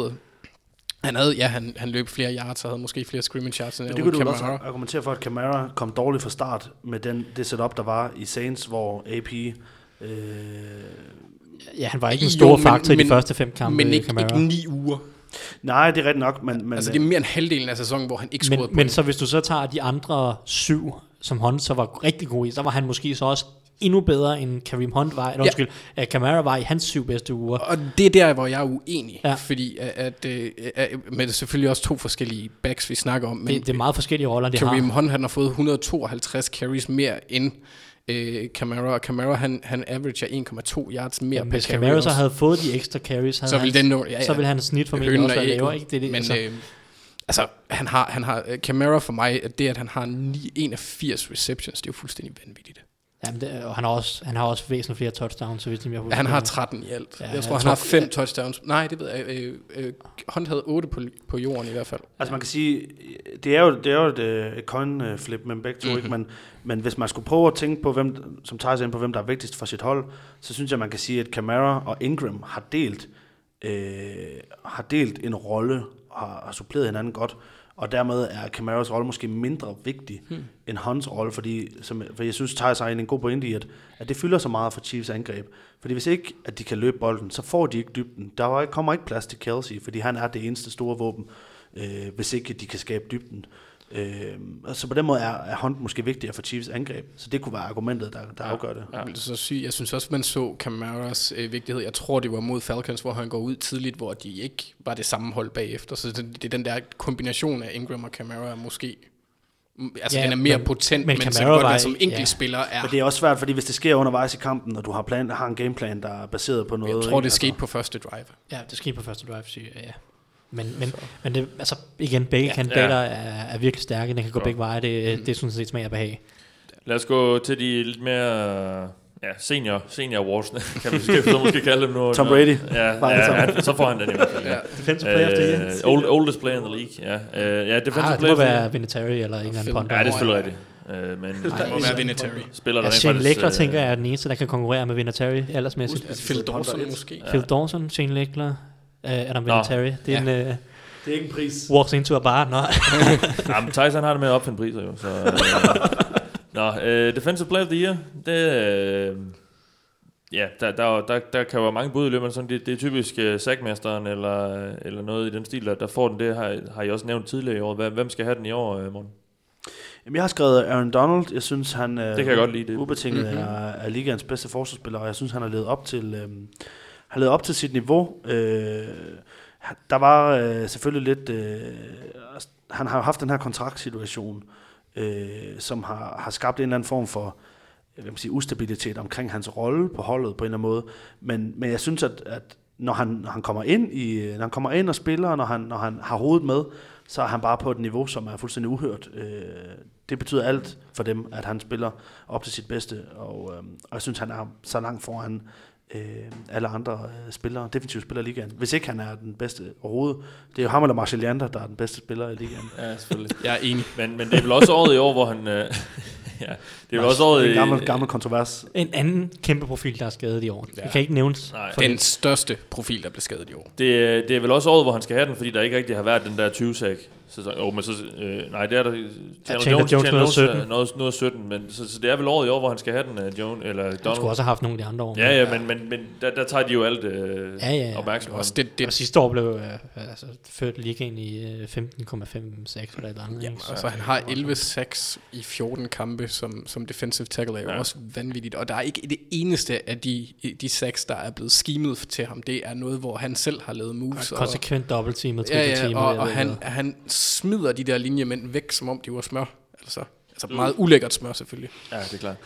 han løb flere yards og havde måske flere scrimmage yards. Det kunne du også argumentere for, at Kamara kom dårligt fra start med det setup, der var i Saints, hvor AP... han var ikke en stor faktor i de første 5 kampe. Men ikke 9 uger. Nej, det er rigtigt nok. Men altså, det er mere end halvdelen af sæsonen, hvor han ikke scorede point. Men så hvis du så tager de andre 7, som Hunt så var rigtig god i, så var han måske så også endnu bedre end Kareem Hunt var, eller undskyld, at Kamara var i hans 7 bedste uger. Og det er der, hvor jeg er uenig, fordi men det er selvfølgelig også 2 forskellige backs, vi snakker om. Men det er meget forskellige roller, de Kareem Hunt, han har fået 152 carries mere end Kamara, og Kamara, han averager 1,2 yards mere per carry. Hvis Kamara så havde fået de ekstra carries, så ville han snit formentlig også være lavere. Ikke? Det, men altså, han har Kamara for mig, det at han har 81 receptions, det er jo fuldstændig vanvittigt. Jamen og han har også væsentligt flere touchdowns, så hvis jeg husker. Han har 13 i alt. Jeg tror, han har 5 touchdowns. Nej, det ved jeg. Hunt havde 8 på jorden i hvert fald. Altså man kan sige, det er jo et coin flip med begge to, ikke? Men hvis man skulle prøve at tænke på, som tager sig ind på, hvem der er vigtigst for sit hold, så synes jeg, man kan sige, at Kamara og Ingram har delt en rolle, har suppleret hinanden godt. Og dermed er Kamaras rolle måske mindre vigtig end Hunts rolle, for jeg synes, Thijs har en god pointe i, at det fylder så meget for Chiefs angreb. Fordi hvis ikke, at de kan løbe bolden, så får de ikke dybden. Kommer ikke plads til Kelsey, fordi han er det eneste store våben, hvis ikke de kan skabe dybden. Så på den måde er Hunt måske vigtigere for Chiefs angreb. Så det kunne være argumentet, der afgør det. Ja. Jeg synes også, man så Kamaras vigtighed. Jeg tror, det var mod Falcons, hvor han går ud tidligt, hvor de ikke var det samme hold bagefter. Så det er den der kombination af Ingram og Kamara måske... Altså, den er mere potent, men som enkeltspiller er... Men det er også svært, fordi hvis det sker undervejs i kampen, og du har en gameplan, der er baseret på noget... Jeg tror, det skete på første drive. Ja, det skete på første drive, ja. Men det, altså igen, begge kandidater er virkelig stærke. Den kan gå begge veje. Det er sådan set smag og behag. Lad os gå til de lidt mere senior awards, kan vi så måske kalde dem nu. Tom Brady. Ja, så får han den i hvert fald. Defensive player of the year. Oldest player in the league. Defensive player. Det må være Vinatieri eller en eller anden punter. Ja, det er selvfølgelig rigtigt. Men det må være Vinatieri. Spiller der Shane Leckler tænker jeg er den eneste, der kan konkurrere med Vinatieri aldersmæssigt. Phil Dawson måske. Phil Dawson, Shane Leckler. Adam Vinatieri. Det er det er ikke en pris. Walks into a bar. Jamen, Tyson har det med at opfinde priser jo. Så, Defensive Player of the Year, der kan jo være mange bud i løbet. Sådan, det er typisk sackmesteren eller noget i den stil, der får den. Det har I også nævnt tidligere i år. Hvem skal have den i år, Morten? Jamen, jeg har skrevet Aaron Donald. Jeg synes, han det kan jeg godt lide, det. Ubetinget er ligaens bedste forsvarsspiller, og jeg synes, han har levet op til sit niveau. Der var selvfølgelig lidt... han har haft den her kontraktsituation, som har skabt en eller anden form for ustabilitet omkring hans rolle på holdet på en eller anden måde. Men jeg synes, at når han kommer ind og spiller, og når han har hovedet med, så er han bare på et niveau, som er fuldstændig uhørt. Det betyder alt for dem, at han spiller op til sit bedste, og jeg synes, han er så langt foran alle andre spillere, definitivt spillere i ligaen. Hvis ikke han er den bedste overhovedet. Det er jo ham eller Marshall Yander, der er den bedste spiller i ligaen. Ja, selvfølgelig. Jeg er enig. Men det er vel også året i år, hvor han... det er også året en gammel kontrovers. En anden kæmpe profil, der er skadet i år. Det kan ikke nævnes. Den største profil, der blev skadet i år. Det er vel også året, hvor han skal have den, fordi der ikke rigtig har været den der 20-sack. Men så, nej, det er der... Chandler Jones noget 17, men så det er vel året i år, hvor han skal have den, Jones eller Donald. Han skulle også have haft nogle af de andre år. Men der tager de jo alt opmærksomhed. Og sidste år blev ført ligaen i 15,56 eller et eller andet. Altså han har 11 sacks i 14 kampe som defensive tackle, er jo også vanvittigt. Og der er ikke det eneste af de sacks, der er blevet schemet til ham. Det er noget, hvor han selv har lavet moves. Konsekvent dobbeltteamet, trippelteamet. Og han smider de der linjemænd væk, som om de var smør. Altså meget ulækkert smør, selvfølgelig. Ja, det er klart.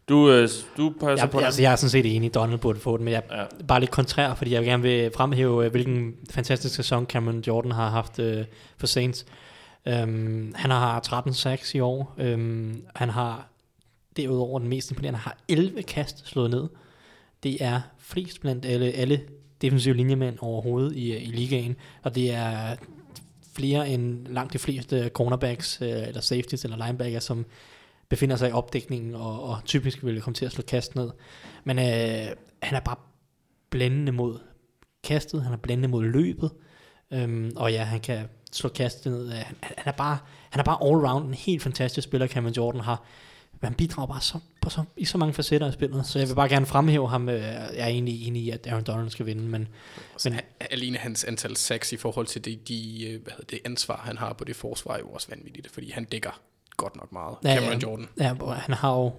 Du peger på den? Altså, jeg er sådan set enig, Donald burde få den, men jeg er bare lidt kontrær, fordi jeg gerne vil fremhæve, hvilken fantastisk sæson Cameron Jordan har haft for Saints. Han har 13 sacks i år. Han har derudover den mest imponerende, har 11 kast slået ned. Det er flest blandt alle defensive linjemænd overhovedet i ligaen, og det er flere end langt de fleste cornerbacks, eller safeties, eller linebackers, som befinder sig i opdækningen, og typisk vil komme til at slå kast ned. Men han er bare blændende mod kastet, han er blændende mod løbet, og ja, han kan slå kastet ned. Han er bare all-round en helt fantastisk spiller, Cameron Jordan har. Han bidrager bare i så mange facetter af spillet, så jeg vil bare gerne fremhæve ham. Jeg er egentlig enig i, at Aaron Donald skal vinde, men alene hans antal sacks i forhold til det ansvar, han har på det forsvar, er jo også vanvittigt, fordi han dækker godt nok meget. Cameron Jordan. Ja, han har jo,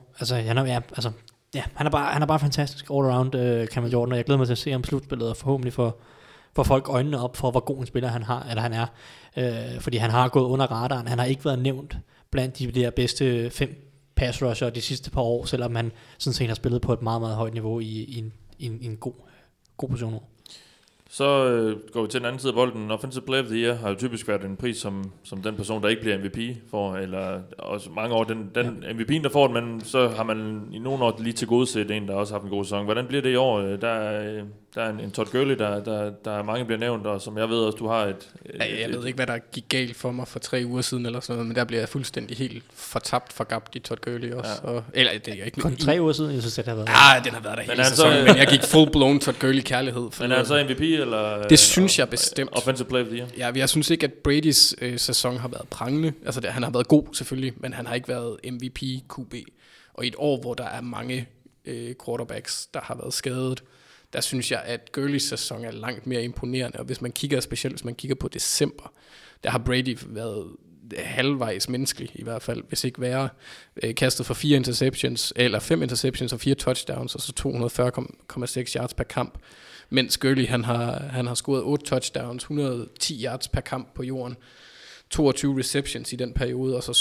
han er bare fantastisk all-around, Cameron Jordan, og jeg glæder mig til at se ham slutspillet, og forhåbentlig får folk øjnene op for, hvor god en spiller han er. Fordi han har gået under radaren. Han har ikke været nævnt blandt de der bedste 5 pass rusher de sidste par år, selvom han sådan set har spillet på et meget, meget højt niveau i en god position. Så går vi til den anden side af bolden. Offensive Player of the Year har jo typisk været en pris, som den person, der ikke bliver MVP får, eller også mange år den MVP'en, der får den, men så har man i nogle år lige til gode set en, der også har haft en god sæson. Hvordan bliver det i år? Der er en Todd Gurley, der mange bliver nævnt, og som jeg ved også, du har jeg ved ikke, hvad der gik galt for mig for 3 uger siden, eller sådan noget, men der bliver jeg fuldstændig helt forgabt i Todd Gurley også. Ja. Eller det er ikke... Kun 3 uger siden, jeg synes, det har været... Den har været der hele sæsonen, men jeg gik full-blown Todd Gurley kærlighed. Men er han så MVP, eller... Det synes jeg bestemt. Offensive Player of the Year? Ja, jeg synes ikke, at Bradys sæson har været prangende. Altså, han har været god selvfølgelig, men han har ikke været MVP QB. Og i et år, hvor der er mange quarterbacks, der har været skadet, der synes jeg, at Gurleys sæson er langt mere imponerende. Og hvis man kigger på december, der har Brady været halvvejs menneskelig i hvert fald, hvis ikke værre, kastet for 4 interceptions, eller 5 interceptions og 4 touchdowns, og så 240,6 yards per kamp. Mens Gurley, han har scoret 8 touchdowns, 110 yards per kamp på jorden, 22 receptions i den periode, og så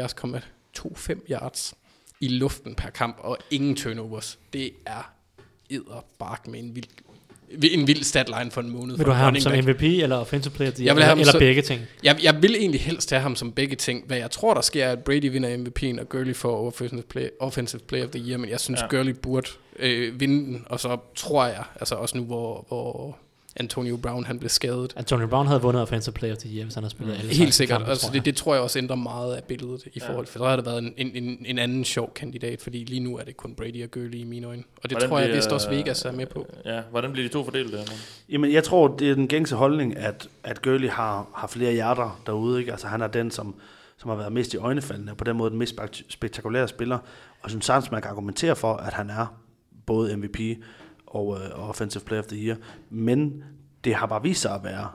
77,25 yards i luften per kamp, og ingen turnovers. Det er edderbark med en vild statline for en måned. Vil du have ham som MVP eller offensive player? Eller begge ting? Jeg vil egentlig helst have ham som begge ting. Hvad jeg tror, der sker, er, at Brady vinder MVP'en, og Gurley får offensive player of the year, men jeg synes, Gurley burde vinde den, og så tror jeg, altså også nu, hvor Antonio Brown han blev skadet. Antonio Brown havde vundet offensive player of the year, hvis han havde spillet alle helt sikkert, kampe, altså det tror jeg også ændrer meget af billedet i forhold, for så har det været en anden sjov kandidat, fordi lige nu er det kun Brady og Gurley i mine øjne, og det tror jeg vist også Vegas er med på. Ja, hvordan bliver de to fordelt der? Jamen jeg tror, det er den gængse holdning, at Gurley har flere hjerter derude, ikke? Altså han er den, som har været mest i øjnefaldene, og på den måde den mest spektakulære spiller, og som sagtens man kan argumentere for, at han er både MVP og offensive player of the year, men det har bare vist sig at være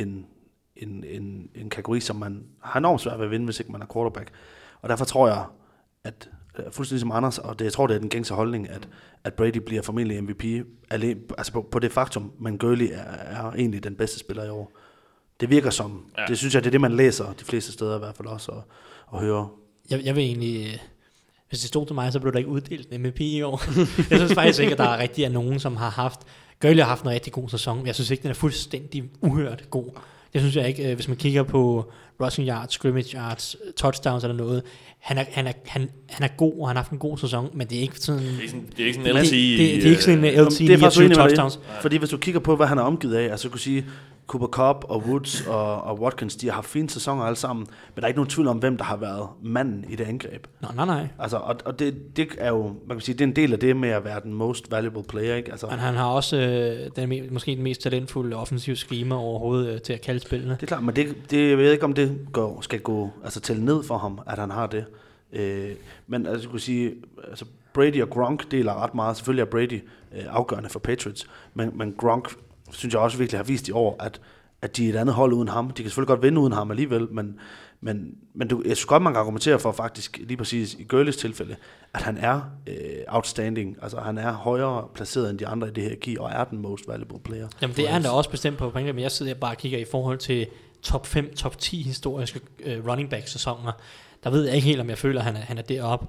en kategori, som man har enormt svært ved at vinde, hvis ikke man er quarterback. Og derfor tror jeg, at fuldstændig som Anders, og jeg tror, det er den gængse holdning, at Brady bliver formentlig MVP, alene, altså på det faktum, men Gurley er egentlig den bedste spiller i år. Det virker som, det synes jeg, det er det, man læser de fleste steder i hvert fald også, og hører. Jeg vil egentlig... Hvis det stod til mig, så blev der ikke uddelt en MVP i år. Jeg synes faktisk ikke, at der rigtig er nogen, som har haft... Gurley har haft en rigtig god sæson, men jeg synes ikke, den er fuldstændig uhørt god. Det synes jeg ikke, hvis man kigger på rushing yards, scrimmage yards, touchdowns eller noget. Han er god, og han har haft en god sæson, men det er ikke sådan... Det er ikke sådan en LT... Det er ikke sådan en LT 29 touchdowns. Fordi hvis du kigger på, hvad han er omgivet af, altså du kan sige... Cooper Kupp og Woods og Watkins, de har haft fine sæsoner alle sammen, men der er ikke nogen tvivl om, hvem der har været manden i det angreb. Nej. Altså, og det er jo, man kan sige, det er en del af det med at være den most valuable player, ikke? Altså, men han har også måske den mest talentfulde offensive schema overhovedet til at kalde spillene. Det er klart, men det jeg ved ikke, om det skal gå, altså tælle ned for ham, at han har det. Men altså, jeg kunne sige, altså Brady og Gronk deler ret meget. Selvfølgelig er Brady afgørende for Patriots, men Gronk synes jeg også virkelig har vist i år, at de er et andet hold uden ham. De kan selvfølgelig godt vinde uden ham alligevel, men jeg synes godt, man kan argumentere for faktisk, lige præcis i Gurleys tilfælde, at han er outstanding. Altså han er højere placeret end de andre i det her og er den most valuable player. Jamen det er han da også bestemt på pointer, men jeg sidder bare og kigger i forhold til top 5, top 10 historiske running back sæsoner. der ved jeg ikke helt, om jeg føler, at han er deroppe.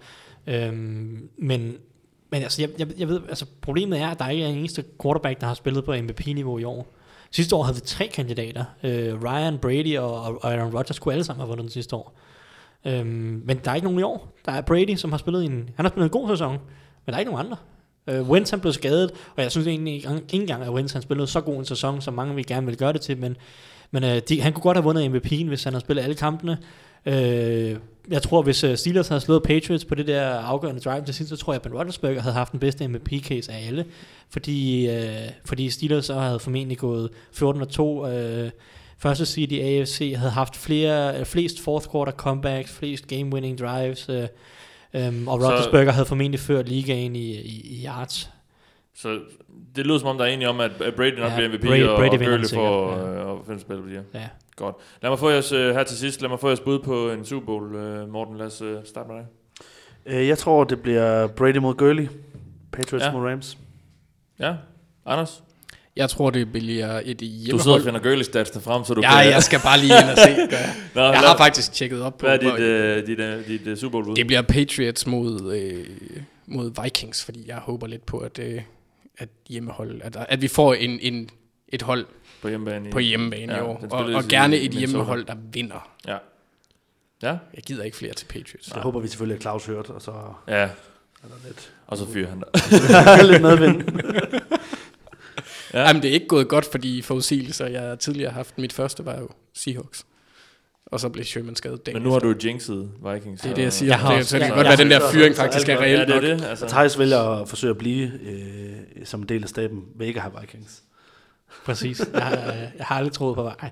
Men altså, jeg ved, altså, problemet er, at der ikke er en eneste quarterback, der har spillet på MVP-niveau i år. Sidste år havde vi 3 kandidater. Ryan, Brady og Aaron Rodgers kunne alle sammen have vundet den sidste år. Men der er ikke nogen i år. Der er Brady, som har spillet han har spillet en god sæson, men der er ikke nogen andre. Wentz han blev skadet, og jeg synes egentlig ikke engang, at Wentz han spillede så god en sæson, som mange vil gerne vil gøre det til, men han kunne godt have vundet MVP'en, hvis han havde spillet alle kampene. Jeg tror, hvis Steelers havde slået Patriots på det der afgørende drive til sidst, så tror jeg, at Ben Roethlisberger havde haft den bedste MVP-case af alle, fordi Steelers så havde formentlig gået 14-2, første seed i AFC, havde haft flest fourth quarter comebacks, flest game-winning drives, og Roethlisberger havde formentlig ført ligaen i yards. Så det lyder som om, der er enige om, at Brady nok bliver MVP, og Gurley får offensive player. Ja. Godt. Lad mig få jeres her til sidst. Lad mig få jeres bud på en Super Bowl. Morten, lad os starte med dig. Jeg tror, det bliver Brady mod Gurley. Patriots mod Rams. Ja. Anders? Jeg tror, det bliver et hjemmehold. Du sidder og finder Gurley-statsene frem, så du kan... Ja, jeg skal bare lige ind og se. Jeg har faktisk tjekket op på... Hvad er dit Super Bowl-bud? Det bliver Patriots mod Vikings, fordi jeg håber lidt på, at hjemmehold... At vi får et hold på hjemmebane i år. Og gerne et hjemmehold, der vinder. Ja. Jeg gider ikke flere til Patriots. Jeg håber vi selvfølgelig, at Claus hørt, og så... Ja. Og så fyrer han der. Lidt medvind. Ja. Jamen, det er ikke gået godt, fordi forudsigelser, jeg tidligere har haft, mit første var jo Seahawks. Og så blev Sherman skadet. Men nu har du jinxet Vikings. Det er det, jeg siger. Så det kan godt være, den der fyring faktisk er reelt nok. Det. Altså. Thijs vælger at forsøge at blive som en del af staben ved ikke at have Vikings. Præcis. Jeg har aldrig troet på vej.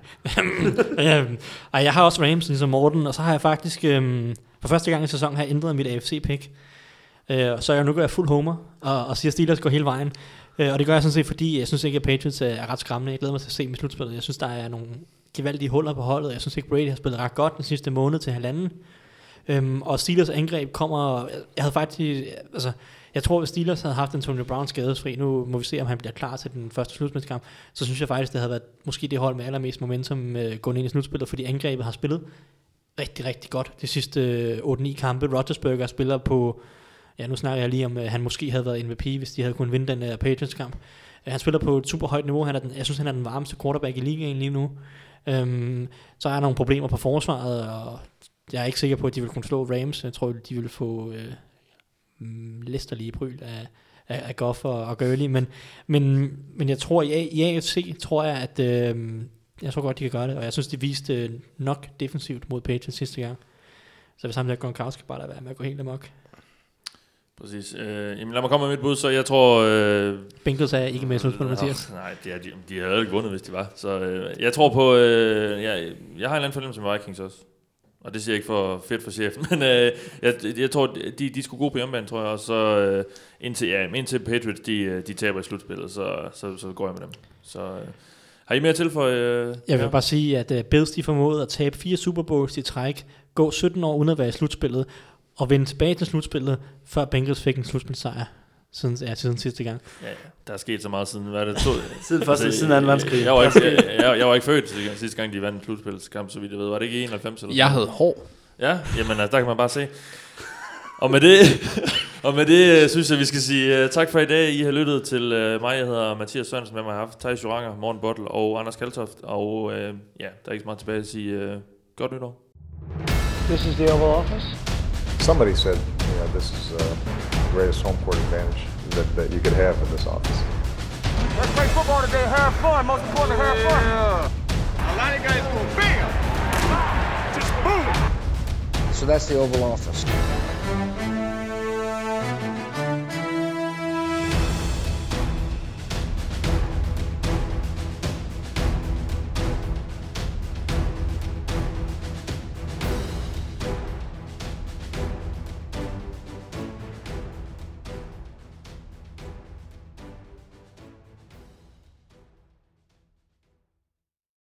Jeg har også Rams ligesom Morten, og så har jeg faktisk for første gang i sæsonen har jeg ændret mit AFC-pick. Så nu går jeg fuld homer og siger, at Steelers går hele vejen. Og det gør jeg sådan set, fordi jeg synes ikke, at Patriots er ret skræmmende. Jeg glæder mig til at se med slutspillet. Jeg synes, der er nogle gevaldige huller på holdet. Jeg synes ikke, Brady har spillet ret godt den sidste måned til halvanden. Og Steelers angreb kommer... Jeg havde faktisk... Altså, jeg tror, hvis Steelers havde haft Antonio Brown skadesfri, nu må vi se, om han bliver klar til den første slutspilskamp, så synes jeg faktisk, det havde været måske det hold med allermest momentum gående ind i slutspillet, fordi angrebet har spillet rigtig, rigtig godt de sidste 8-9 kampe. Roethlisberger spiller på... Ja, nu snakker jeg lige om, han måske havde været MVP, hvis de havde kunnet vinde den der Patriots-kamp. Han spiller på et super højt niveau. Jeg synes, han er den varmeste quarterback i ligaen lige nu. Så er der nogle problemer på forsvaret, og jeg er ikke sikker på, at de vil kunne slå Rams. Jeg tror, de vil få læsterlige bryl af Goff og Gurley. Men jeg tror, i AFC tror jeg, at jeg tror godt, de kan gøre det. Og jeg synes, de viste nok defensivt mod Patriots sidste gang. Så hvis han der Gronkowski bare lade være med at gå helt amok. Præcis. Jamen lad mig komme med mit bud, så jeg tror... Bengals er ikke med i slutspillet, Mathias. Nej, de havde ikke vundet, hvis de var. Så jeg tror på... jeg har en eller anden fornemmelse med Vikings også. Og det siger jeg ikke for fedt for chefen, men jeg tror, de skulle gå på hjemmebane, tror jeg. Og så indtil Patriots, de taber i slutspillet, så går jeg med dem. Så... har I mere til for... jeg vil bare sige, at Bills de formåede at tabe 4 Super Bowls i træk, gå 17 år uden at være i slutspillet, og vende tilbage til slutspillet, før Bengals fik en slutspilsejr siden sidste gang. Ja, der er sket så meget siden, hvad er det? Siden 2. verdenskrig. Jeg var ikke født sidste gang, de vandt en slutspilskamp, så vidt jeg ved. Var det ikke i 91 eller? Jeg havde hår. Ja, jamen altså, der kan man bare se. Og med det synes jeg, vi skal sige tak for i dag. I har lyttet til mig. Jeg hedder Mathias Sørensen, med mig har haft Thijs Joranger, Morten Bottel og Anders Kaltoft. Og der er ikke så meget tilbage at sige godt nytår. This is the Oval Office. Somebody said, this is the greatest home court advantage that you could have in this office. Let's play football today, have fun. Most important, have fun. A lot of guys go bam, just boom. So that's the Oval Office.